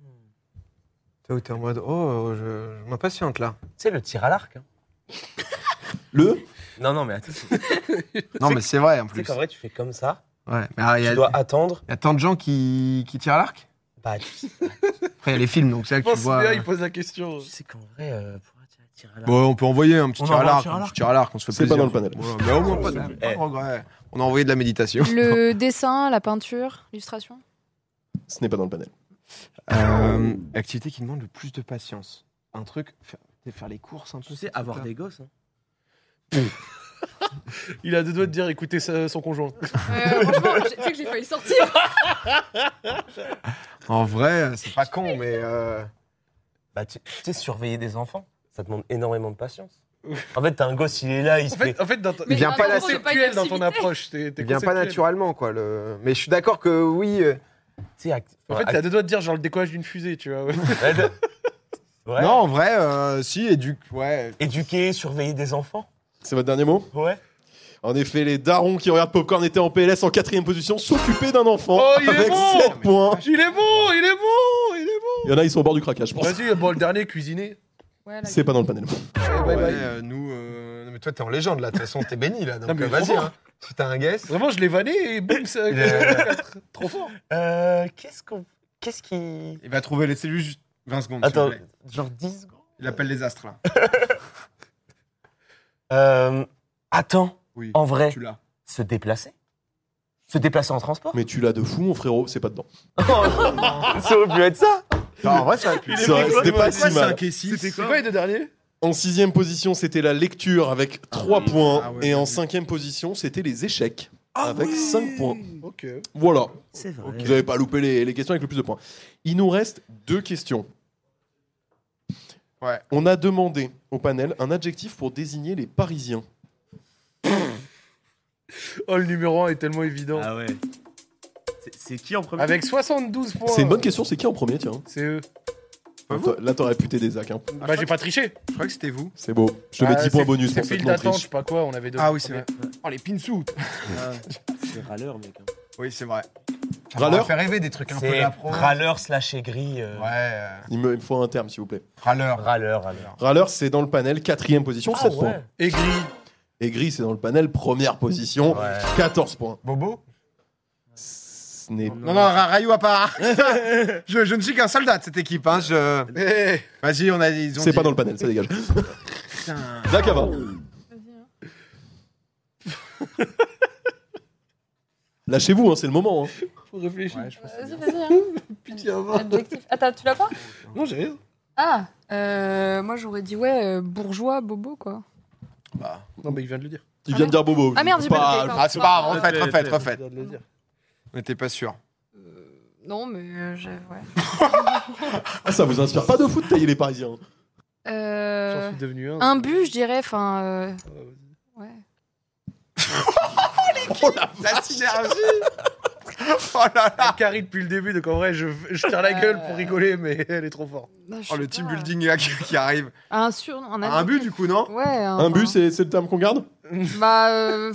Speaker 1: Toi, t'es en mode, oh, je, je m'impatiente là.
Speaker 3: Tu sais, le tir à l'arc. hein.
Speaker 5: Le
Speaker 3: Non, non, mais attends. Tu
Speaker 1: Non, mais c'est vrai en
Speaker 3: sais
Speaker 1: plus.
Speaker 3: qu'en vrai, tu fais comme ça.
Speaker 1: Ouais, mais ah, il y,
Speaker 3: Tu
Speaker 1: a-
Speaker 3: dois attendre.
Speaker 1: il y a tant de gens qui, qui tirent à l'arc.
Speaker 3: Bah, tu
Speaker 1: Après, il y a les films, donc c'est là
Speaker 2: Je
Speaker 1: que tu
Speaker 2: pense
Speaker 1: vois.
Speaker 2: bien, il pose la question.
Speaker 3: tu sais qu'en vrai, euh, pour un tir à l'arc.
Speaker 1: Bon, on peut envoyer un petit
Speaker 3: On
Speaker 1: tir à
Speaker 3: envoie un
Speaker 1: l'arc.
Speaker 3: tir à
Speaker 1: Un
Speaker 3: l'arc.
Speaker 1: petit tir à l'arc, on se fait
Speaker 5: C'est
Speaker 1: plaisir.
Speaker 5: pas dans le panel.
Speaker 1: Voilà, mais au moins, pas de, pas de
Speaker 3: Eh.
Speaker 1: regret. On a envoyé de la méditation.
Speaker 4: Le dessin, la peinture, l'illustration.
Speaker 5: Ce n'est pas dans le panel.
Speaker 1: Euh, activité qui demande le plus de patience. Un truc, faire, faire les courses un peu.
Speaker 3: Tu sais,
Speaker 1: ces
Speaker 3: avoir
Speaker 1: trucs-là.
Speaker 3: des gosses. Hein.
Speaker 2: Il a deux doigts de dire écoutez sa- son conjoint.
Speaker 4: Euh, franchement, j'ai- tu sais que j'ai failli sortir.
Speaker 1: En vrai, c'est pas con, mais. euh,
Speaker 3: Bah, tu tu sais, surveiller des enfants, ça demande énormément de patience. En fait, t'as un gosse, il est là, il se
Speaker 2: En
Speaker 3: fait.
Speaker 2: fait, en fait dans ta-
Speaker 4: Mais
Speaker 1: Il vient
Speaker 4: en
Speaker 1: pas
Speaker 4: gros,
Speaker 1: la
Speaker 4: j'ai pas
Speaker 2: conceptuel
Speaker 4: une
Speaker 2: dans ton
Speaker 4: activité.
Speaker 2: approche. T'es, t'es
Speaker 1: Il vient pas
Speaker 2: conceptuel.
Speaker 1: naturellement, quoi. Le... Mais je suis d'accord que oui. euh,
Speaker 3: Tu sais, act-
Speaker 2: En fait,
Speaker 3: act-
Speaker 2: t'as deux doigts de dire genre le décollage d'une fusée, tu vois.
Speaker 3: Ouais, de- Ouais.
Speaker 1: Non, en vrai, euh, si, éduque. Ouais.
Speaker 3: Éduquer, surveiller des enfants.
Speaker 5: C'est votre dernier mot?
Speaker 3: Ouais.
Speaker 5: En effet, les darons qui regardent Popcorn étaient en P L S en quatrième position, s'occuper d'un enfant
Speaker 2: Oh, il est
Speaker 5: avec
Speaker 2: bon
Speaker 5: sept points.
Speaker 2: Il est bon, il est bon, il est bon.
Speaker 5: Il y en a, ils sont au bord du craquage, je pense.
Speaker 2: Vas-y, bon, le dernier, cuisiner.
Speaker 4: Ouais, la-
Speaker 5: C'est pas dans le panel.
Speaker 2: Bye
Speaker 1: Ouais,
Speaker 2: bye.
Speaker 1: euh, nous. euh, non, mais toi, t'es en légende là. De toute façon, t'es béni là. Donc,
Speaker 2: Non, mais
Speaker 1: euh, vas-y.
Speaker 2: vraiment.
Speaker 1: Hein. Si t'as un guess.
Speaker 2: Vraiment, je l'ai vanné et boum, c'est
Speaker 1: Il est-
Speaker 2: trop fort.
Speaker 3: Euh, qu'est-ce qu'on. Qu'est-ce qui.
Speaker 1: Il va trouver les cellules juste vingt secondes. s'il
Speaker 3: Attends,
Speaker 1: vous plaît.
Speaker 3: genre dix secondes.
Speaker 1: Il appelle les astres là.
Speaker 3: Euh, attends,
Speaker 1: Oui.
Speaker 3: en vrai,
Speaker 1: Tu l'as.
Speaker 3: se déplacer. Se déplacer en transport.
Speaker 5: Mais tu l'as de fou, mon frérot, c'est pas dedans.
Speaker 3: Ça aurait pu être ça.
Speaker 1: Non, en vrai, ça aurait pu.
Speaker 2: Il est
Speaker 5: C'est vrai,
Speaker 2: quoi,
Speaker 5: C'était
Speaker 2: moi,
Speaker 5: pas
Speaker 2: c'est
Speaker 5: si mal.
Speaker 1: C'était
Speaker 2: C'est quoi les deux derniers?
Speaker 5: En sixième position, c'était la lecture avec trois
Speaker 1: oui.
Speaker 5: points.
Speaker 1: Ah ouais,
Speaker 5: et
Speaker 1: bien
Speaker 5: en
Speaker 1: vu.
Speaker 5: cinquième position, c'était les échecs avec cinq points.
Speaker 2: Ok.
Speaker 5: Voilà.
Speaker 3: C'est vrai.
Speaker 5: Vous n'avez pas loupé les, les questions avec le plus de points. Il nous reste deux questions.
Speaker 1: Ouais.
Speaker 5: On a demandé au panel un adjectif pour désigner les Parisiens.
Speaker 2: Oh, le numéro un est tellement évident.
Speaker 3: Ah ouais. C'est- C'est qui en premier?
Speaker 2: Avec soixante-douze points.
Speaker 5: C'est une bonne question, c'est qui en premier, tiens?
Speaker 2: C'est eux.
Speaker 1: Pas
Speaker 5: Toi- Là, t'aurais pu t'aider, Zach. hein.
Speaker 2: Bah, j'ai pas triché.
Speaker 1: Je crois que c'était vous.
Speaker 5: C'est beau. Je te mets
Speaker 2: Ah,
Speaker 5: dix points
Speaker 2: c'est-
Speaker 5: bonus
Speaker 2: C'est
Speaker 5: pour cette
Speaker 2: file d'attente, je
Speaker 5: non-triche.
Speaker 2: sais pas quoi, on avait deux.
Speaker 1: Ah oui, c'est vrai. Oh, les pinsous.
Speaker 3: C'est râleur, mec. hein.
Speaker 1: Oui, c'est vrai. Ça
Speaker 5: Râleur
Speaker 1: m'a fait rêver des trucs un peu
Speaker 3: C'est
Speaker 1: d'appro. Ouais.
Speaker 3: râleur slash aigri. euh,
Speaker 1: euh,
Speaker 5: Il me, il me faut un terme, s'il vous plaît.
Speaker 1: Râleur.
Speaker 3: Râleur, râleur.
Speaker 5: Râleur, c'est dans le panel, quatrième position,
Speaker 3: Ah,
Speaker 5: sept
Speaker 3: ouais.
Speaker 5: points.
Speaker 2: Aigri.
Speaker 5: Aigri, c'est dans le panel, première position,
Speaker 3: Ouais.
Speaker 5: quatorze points.
Speaker 1: Bobo.
Speaker 5: Ce n'est
Speaker 1: Non, non, Ra- Rayou à part. je, je ne suis qu'un soldat de cette équipe. Hein. Je...
Speaker 2: Eh,
Speaker 1: Vas-y, on a dit. ils ont
Speaker 5: C'est
Speaker 1: dit-
Speaker 5: pas dans le panel, ça dégage.
Speaker 1: Putain.
Speaker 5: Zach, va.
Speaker 4: Vas-y, hein.
Speaker 5: Lâchez-vous, hein, c'est le moment. hein.
Speaker 2: faut réfléchir.
Speaker 1: Ouais, je pense que c'est
Speaker 4: Vas-y,
Speaker 1: bien.
Speaker 4: vas-y. Hein.
Speaker 2: Pitié, avant.
Speaker 4: Adjectif. Attends, tu l'as pas
Speaker 2: Non, j'ai rien.
Speaker 4: Ah, euh, moi j'aurais dit ouais, euh, bourgeois, bobo quoi.
Speaker 1: Bah.
Speaker 2: Non, mais il vient de le dire.
Speaker 5: Il vient de dire Bobo.
Speaker 4: Ah merde, j'ai pas
Speaker 5: Pas-
Speaker 4: noté, pardon.
Speaker 1: Ah, c'est pas grave, refaites, refaites,
Speaker 2: Il
Speaker 1: refaites.
Speaker 2: vient de le dire.
Speaker 1: On n'était pas sûr.
Speaker 4: Euh, non, mais euh, j'ai. Ouais.
Speaker 5: Ah, ça vous inspire pas de foot, tailler les Parisiens.
Speaker 2: J'en
Speaker 4: Euh,
Speaker 2: suis devenu un.
Speaker 4: un but, je dirais. Enfin, euh,
Speaker 2: Ah, vas-y.
Speaker 4: ouais.
Speaker 5: Oh la
Speaker 1: La synergie. Oh là là.
Speaker 2: Carrie depuis le début, donc en vrai, je, je tire la gueule pour rigoler, mais elle est trop forte.
Speaker 4: Bah, je
Speaker 1: Oh, le
Speaker 4: sais
Speaker 1: team
Speaker 4: pas.
Speaker 1: building là, qui, qui arrive.
Speaker 4: Un sur, un,
Speaker 1: Un but du coup, non?
Speaker 4: Ouais. Un,
Speaker 5: Un but,
Speaker 4: enfin,
Speaker 5: c'est c'est le terme qu'on garde
Speaker 4: Bah. euh,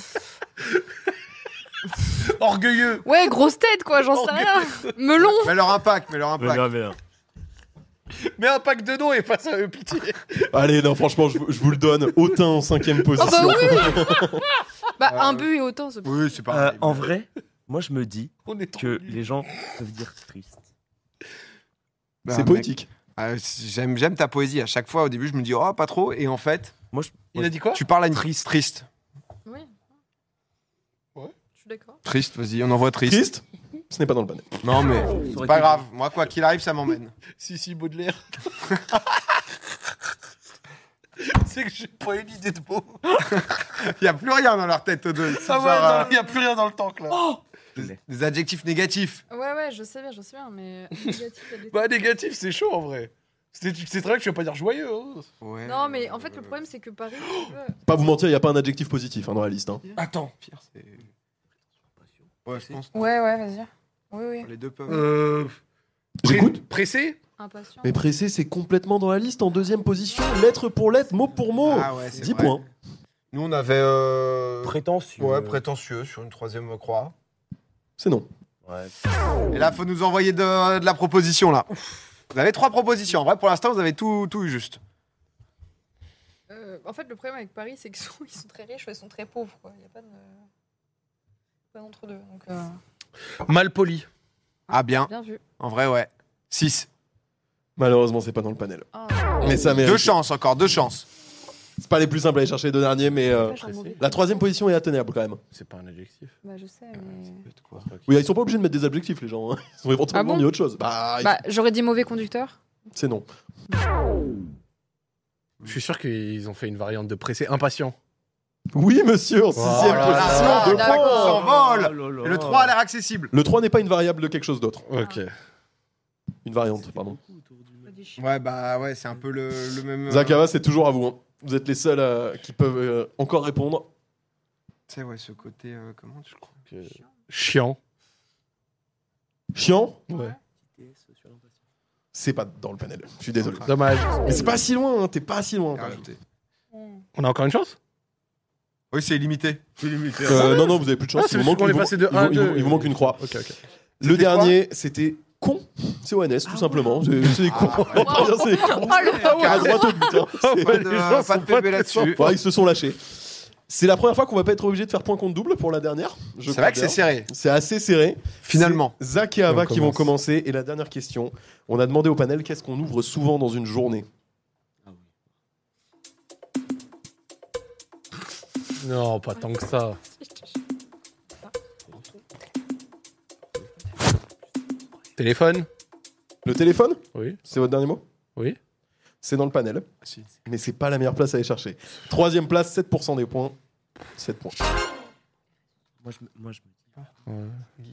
Speaker 2: Orgueilleux.
Speaker 4: Ouais, grosse tête quoi, j'en sais rien. Melon.
Speaker 1: Mais leur impact, mais leur impact.
Speaker 2: Mais un pack de noms et pas ça, eux, pitié.
Speaker 5: Allez, non, franchement, je, vous- je vous le donne. Autain en cinquième
Speaker 4: Oh
Speaker 5: position.
Speaker 4: bah oui. Bah
Speaker 1: Ouais,
Speaker 4: un
Speaker 1: ouais.
Speaker 4: but et autant. c'est-
Speaker 1: Oui, c'est
Speaker 3: Euh,
Speaker 1: pas
Speaker 3: en vrai, moi je me dis
Speaker 2: On est trop
Speaker 3: que
Speaker 2: nuls.
Speaker 3: les gens peuvent dire triste.
Speaker 1: Bah,
Speaker 5: C'est
Speaker 1: mec,
Speaker 5: poétique.
Speaker 1: euh, j'aime, j'aime ta poésie. À chaque fois, au début, je me dis, oh, pas trop. Et en fait,
Speaker 3: Moi, je,
Speaker 2: Il a dit quoi?
Speaker 1: tu parles à une triste. Triste.
Speaker 4: Oui.
Speaker 2: Ouais.
Speaker 4: Je suis d'accord.
Speaker 1: Triste, vas-y, on envoie triste.
Speaker 5: Triste Ce n'est pas dans le panel.
Speaker 1: Non, mais
Speaker 3: Ça
Speaker 1: c'est
Speaker 3: aurait
Speaker 1: pas
Speaker 3: été-
Speaker 1: grave. Moi, quoi qu'il arrive, ça m'emmène.
Speaker 2: Si, si, Baudelaire. C'est que j'ai pas une idée de mots.
Speaker 1: Il n'y a plus rien dans leur tête, aux deux. C'est
Speaker 2: Ah
Speaker 1: genre,
Speaker 2: ouais,
Speaker 1: euh,
Speaker 2: non, il y a plus rien dans le tank là.
Speaker 1: des, des adjectifs négatifs.
Speaker 4: Ouais, ouais, je sais bien, je sais bien, mais. négatif, elle est-
Speaker 2: Bah, négatif, c'est chaud en vrai. C'est c'est très vrai que je vais pas dire joyeux. Hein.
Speaker 1: Ouais.
Speaker 4: Non, mais en fait, le problème, c'est que Paris. tu veux-
Speaker 5: Pas vous mentir, il n'y a pas un adjectif positif hein, dans la liste. hein.
Speaker 2: Attends.
Speaker 1: Pire, c'est. Ouais, je pense.
Speaker 4: Ouais, ouais, vas-y. Oui, oui.
Speaker 1: Les deux peuvent.
Speaker 2: Euh.
Speaker 5: J'écoute.
Speaker 2: Pressé.
Speaker 4: Impatient.
Speaker 5: Mais pressé, c'est complètement dans la liste en deuxième position, lettre pour lettre, mot pour mot.
Speaker 1: Ah ouais, c'est
Speaker 5: dix
Speaker 1: vrai.
Speaker 5: points.
Speaker 1: Nous, on avait. euh,
Speaker 3: Prétentieux.
Speaker 1: Ouais, prétentieux sur une troisième croix.
Speaker 5: C'est non.
Speaker 3: Ouais.
Speaker 1: Et là, faut nous envoyer de, de la proposition là. Vous avez trois propositions. En vrai, pour l'instant, vous avez tout, tout eu juste.
Speaker 4: Euh, en fait, le problème avec Paris, c'est qu'ils sont, ils sont très riches ou ils sont très pauvres. Quoi. Il n'y a pas de. Pas d'entre deux. Donc, euh,
Speaker 2: Mal poli.
Speaker 1: Ah, bien.
Speaker 4: bien vu.
Speaker 1: En vrai, ouais. six.
Speaker 5: Malheureusement, c'est pas dans le panel.
Speaker 4: Ah,
Speaker 5: Mais ça mérite.
Speaker 1: Deux chances encore, deux chances.
Speaker 5: C'est pas les plus simples à aller chercher les deux derniers, mais euh,
Speaker 4: je suis mauvais.
Speaker 5: la troisième position est atteignable quand même.
Speaker 2: C'est pas un adjectif.
Speaker 4: Bah, je sais, mais.
Speaker 5: Oui, ils sont pas obligés de mettre des adjectifs, les gens. hein. Ils ont éventuellement
Speaker 4: Ah bon
Speaker 5: mis autre chose. Bah, il-
Speaker 4: Bah, j'aurais dit mauvais conducteur.
Speaker 5: c'est non.
Speaker 2: Je suis sûr qu'ils ont fait une variante de pressé. Impatient.
Speaker 5: Oui, monsieur, en
Speaker 2: Voilà.
Speaker 5: sixième
Speaker 2: Voilà.
Speaker 5: position,
Speaker 1: Ah,
Speaker 5: deux
Speaker 1: d'accord.
Speaker 5: points.
Speaker 1: s'envole. Et le trois a l'air accessible.
Speaker 5: Le trois n'est pas une variable de quelque chose d'autre.
Speaker 2: Ok.
Speaker 5: Une variante, pardon.
Speaker 1: Ouais, bah ouais, c'est un peu le, le même. euh,
Speaker 5: Zakava, c'est toujours à vous. hein. Vous êtes les seuls euh, qui peuvent euh, encore répondre.
Speaker 1: Tu sais, ouais, ce côté. euh, comment tu le crois
Speaker 2: Chiant.
Speaker 5: Chiant,
Speaker 2: Ouais.
Speaker 5: c'est pas dans le panel. Je suis désolé.
Speaker 2: Dommage.
Speaker 5: Mais c'est pas si loin, hein, t'es pas si loin. quand même.
Speaker 1: Rajouter.
Speaker 2: On a encore une chance?
Speaker 1: Oui, c'est limité.
Speaker 5: Euh, non, non, vous avez plus de chance.
Speaker 2: Ah, c'est
Speaker 5: il vous
Speaker 2: parce
Speaker 5: manque,
Speaker 2: qu'on
Speaker 5: il
Speaker 2: est
Speaker 5: vous-
Speaker 2: passé de
Speaker 5: il vous-
Speaker 2: un à
Speaker 5: il vous-
Speaker 2: deux.
Speaker 5: il vous manque une croix.
Speaker 2: Ok, ok.
Speaker 5: Le
Speaker 1: C'était
Speaker 5: dernier, c'était con. C O N S, tout simplement. C'est c'est des cons.
Speaker 1: Ah, ouais.
Speaker 5: On va dire c'est des cons.
Speaker 4: Oh, le-
Speaker 5: Car à droite au but. hein. C'est-
Speaker 1: Pas
Speaker 2: Les
Speaker 1: de,
Speaker 2: gens
Speaker 1: pas
Speaker 2: sont
Speaker 1: de
Speaker 2: pas
Speaker 1: P B
Speaker 2: très
Speaker 1: là-dessus.
Speaker 5: Ouais, ils se sont lâchés. C'est la première fois qu'on va pas être obligé de faire point contre double pour la dernière. je
Speaker 1: C'est
Speaker 5: crois
Speaker 1: vrai que c'est
Speaker 5: bien.
Speaker 1: serré.
Speaker 5: C'est assez serré.
Speaker 1: Finalement.
Speaker 5: C'est Zach et Ava
Speaker 2: On
Speaker 5: qui vont
Speaker 2: commence.
Speaker 5: commencer. Et la dernière question, on a demandé au panel qu'est-ce qu'on ouvre souvent dans une journée.
Speaker 2: Non, pas tant que ça. Téléphone?
Speaker 5: Le téléphone,
Speaker 2: Oui.
Speaker 5: c'est votre dernier mot?
Speaker 2: Oui.
Speaker 5: C'est dans le panel.
Speaker 1: Si.
Speaker 5: Mais c'est pas la meilleure place à aller chercher. Troisième place, sept pour cent des points. sept points.
Speaker 3: Moi, je, me- moi, je me dis.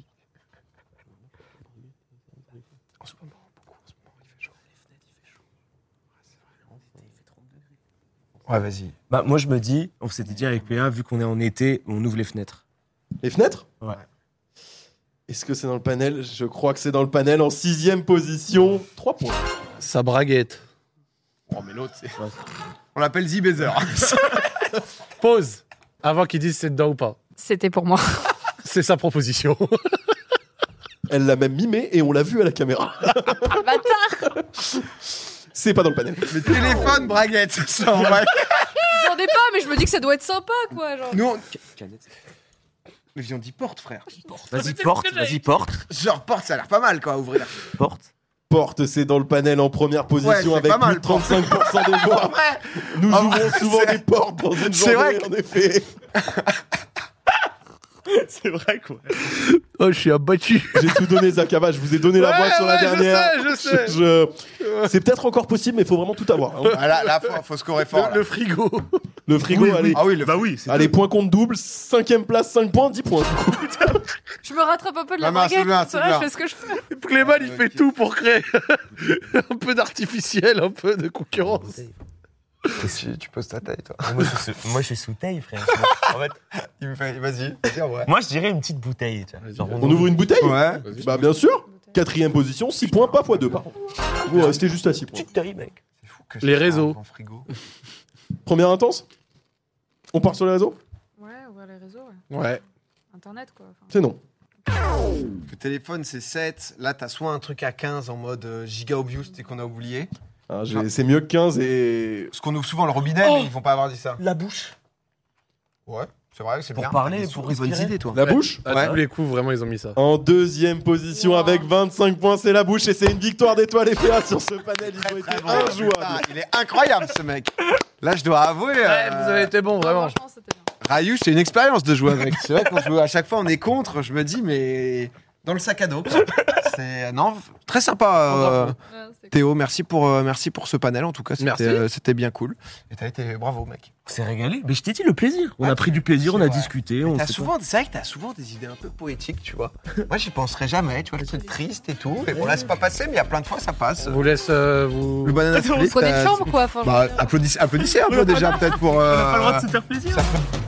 Speaker 1: Ouais, vas-y.
Speaker 3: Bah, moi, je me dis, on s'était dit avec P A, vu qu'on est en été, on ouvre les fenêtres.
Speaker 5: Les fenêtres?
Speaker 3: Ouais.
Speaker 5: Est-ce que c'est dans le panel? Je crois que c'est dans le panel en sixième position. trois points.
Speaker 2: Sa braguette.
Speaker 1: Oh, mais l'autre, c'est. On l'appelle Z-Baiser.
Speaker 2: Pause. Avant qu'il dise c'est dedans ou pas.
Speaker 4: C'était pour moi.
Speaker 2: C'est sa proposition.
Speaker 5: Elle l'a même mimé et on l'a vu à la caméra.
Speaker 4: Bâtard.
Speaker 5: C'est pas dans le panel.
Speaker 1: Mais téléphone, braguette. Ça, en vrai.
Speaker 4: J'en ai pas, mais je me dis que ça doit être sympa, quoi. Genre.
Speaker 1: Nous, on... Mais viens, on dit porte, frère.
Speaker 3: Vas-y, porte, vas-y, porte.
Speaker 1: Genre, porte, ça a l'air pas mal, quoi, à ouvrir.
Speaker 3: Porte.
Speaker 5: Porte, c'est dans le panel en première
Speaker 1: Ouais,
Speaker 5: position
Speaker 1: c'est
Speaker 5: avec
Speaker 1: pas mal,
Speaker 5: plus de trente-cinq pour cent des voix.
Speaker 1: Ouais.
Speaker 5: Nous
Speaker 1: Ah,
Speaker 5: ouvrons
Speaker 1: ouais,
Speaker 5: souvent
Speaker 1: c'est-
Speaker 5: des portes dans une
Speaker 1: C'est
Speaker 5: journée,
Speaker 1: vrai que-
Speaker 5: en effet.
Speaker 3: C'est vrai, quoi.
Speaker 2: Oh, je suis abattu.
Speaker 5: J'ai tout donné, Zakava. Je vous ai donné la voix
Speaker 2: Ouais,
Speaker 5: sur la
Speaker 2: ouais, je
Speaker 5: dernière.
Speaker 2: sais, je sais.
Speaker 5: Je- C'est peut-être encore possible, mais il faut vraiment tout avoir. hein.
Speaker 1: Ah, là, là, faut, faut scorer fort.
Speaker 2: Le,
Speaker 1: là.
Speaker 2: le frigo.
Speaker 5: Le frigo, allez.
Speaker 1: Ah oui, le
Speaker 3: Bah oui, c'est
Speaker 5: Allez, point compte double, cinquième place, cinq points, dix points.
Speaker 4: Je me rattrape un peu de la
Speaker 1: Maman, c'est
Speaker 4: braguette.
Speaker 1: bien,
Speaker 4: ça
Speaker 1: c'est
Speaker 4: va,
Speaker 1: bien.
Speaker 4: je fais ce que je peux.
Speaker 2: Clément, il
Speaker 1: Ouais,
Speaker 2: fait
Speaker 1: ok.
Speaker 2: tout pour créer un peu d'artificiel, un peu de concurrence.
Speaker 1: Tu poses ta taille, toi.
Speaker 3: Moi, je suis sous- moi, je suis sous taille, frère. En fait,
Speaker 1: Il me fait, vas-y, vas-y, en vrai.
Speaker 3: moi, je dirais une petite bouteille. Tu vois. Genre,
Speaker 5: On ouvre une bouteille
Speaker 1: Ouais.
Speaker 5: Bah, bien sûr. Quatrième position, six points, pas fois deux, par contre. Vous restez juste à six points.
Speaker 3: Petite taille, mec.
Speaker 1: C'est fou que
Speaker 2: Les
Speaker 1: je-
Speaker 2: réseaux.
Speaker 1: un grand frigo.
Speaker 5: Première intense On part sur les réseaux
Speaker 4: Ouais, ouvrir les réseaux, ouais.
Speaker 2: Ouais.
Speaker 4: Internet, quoi. Enfin,
Speaker 5: C'est non.
Speaker 1: Le téléphone, c'est sept. Là, t'as soit un truc à quinze en mode euh, giga obvious, c'est qu'on a oublié.
Speaker 5: Ah, j'ai- c'est mieux que quinze et.
Speaker 1: Parce qu'on ouvre souvent le robinet,
Speaker 3: Oh
Speaker 1: mais ils vont pas avoir dit ça.
Speaker 3: La bouche.
Speaker 1: Ouais, c'est vrai, c'est
Speaker 3: Pour
Speaker 1: bien.
Speaker 3: parler,
Speaker 1: T'as des
Speaker 3: pour
Speaker 1: bonnes
Speaker 3: respirer.
Speaker 1: idées, toi.
Speaker 5: La bouche
Speaker 2: À
Speaker 1: Ouais.
Speaker 2: tous les coups, vraiment, ils ont mis ça.
Speaker 5: En deuxième position
Speaker 4: Wow.
Speaker 5: avec vingt-cinq points, c'est la bouche et c'est une victoire d'étoiles et P A sur ce panel. Ils ont
Speaker 1: Très,
Speaker 5: été
Speaker 1: très bon.
Speaker 5: injouables.
Speaker 1: Putain, il est incroyable, ce mec. Là, je dois avouer.
Speaker 2: Ouais,
Speaker 1: euh,
Speaker 2: vous avez été bon, vraiment.
Speaker 4: Franchement, c'était bien.
Speaker 1: Rayush, c'est une expérience de jouer avec. C'est vrai qu'on joue à chaque fois, on est contre. Je me dis, mais dans le sac à dos. quoi. C'est non, très sympa. euh,
Speaker 4: Ouais, c'était
Speaker 1: Théo, merci pour, euh, merci pour ce panel. En tout cas, c'était
Speaker 2: Merci.
Speaker 1: euh, c'était bien cool. Et t'as été bravo, mec.
Speaker 3: C'est régalé. Mais je t'ai dit le plaisir. On
Speaker 1: Ouais,
Speaker 3: a pris du plaisir, on
Speaker 1: c'est
Speaker 3: a
Speaker 1: vrai.
Speaker 3: discuté. On
Speaker 1: T'as
Speaker 3: s'est
Speaker 1: souvent, c'est vrai que t'as souvent des idées un peu poétiques, tu vois. Moi, j'y penserais jamais. Tu vois, les trucs tristes et tout. Et bon, là, c'est pas passé, mais il y a plein de fois, ça passe.
Speaker 2: On vous laisse euh, vous.
Speaker 1: Le banana split.
Speaker 4: Prenez de
Speaker 1: t'as-
Speaker 4: chambre, quoi. Enfin, je veux
Speaker 1: Bah,
Speaker 4: dire.
Speaker 1: applaudissez, applaudissez un peu déjà, peut-être pour.
Speaker 3: pas le droit
Speaker 1: euh,
Speaker 3: de se faire plaisir.
Speaker 1: ça fait-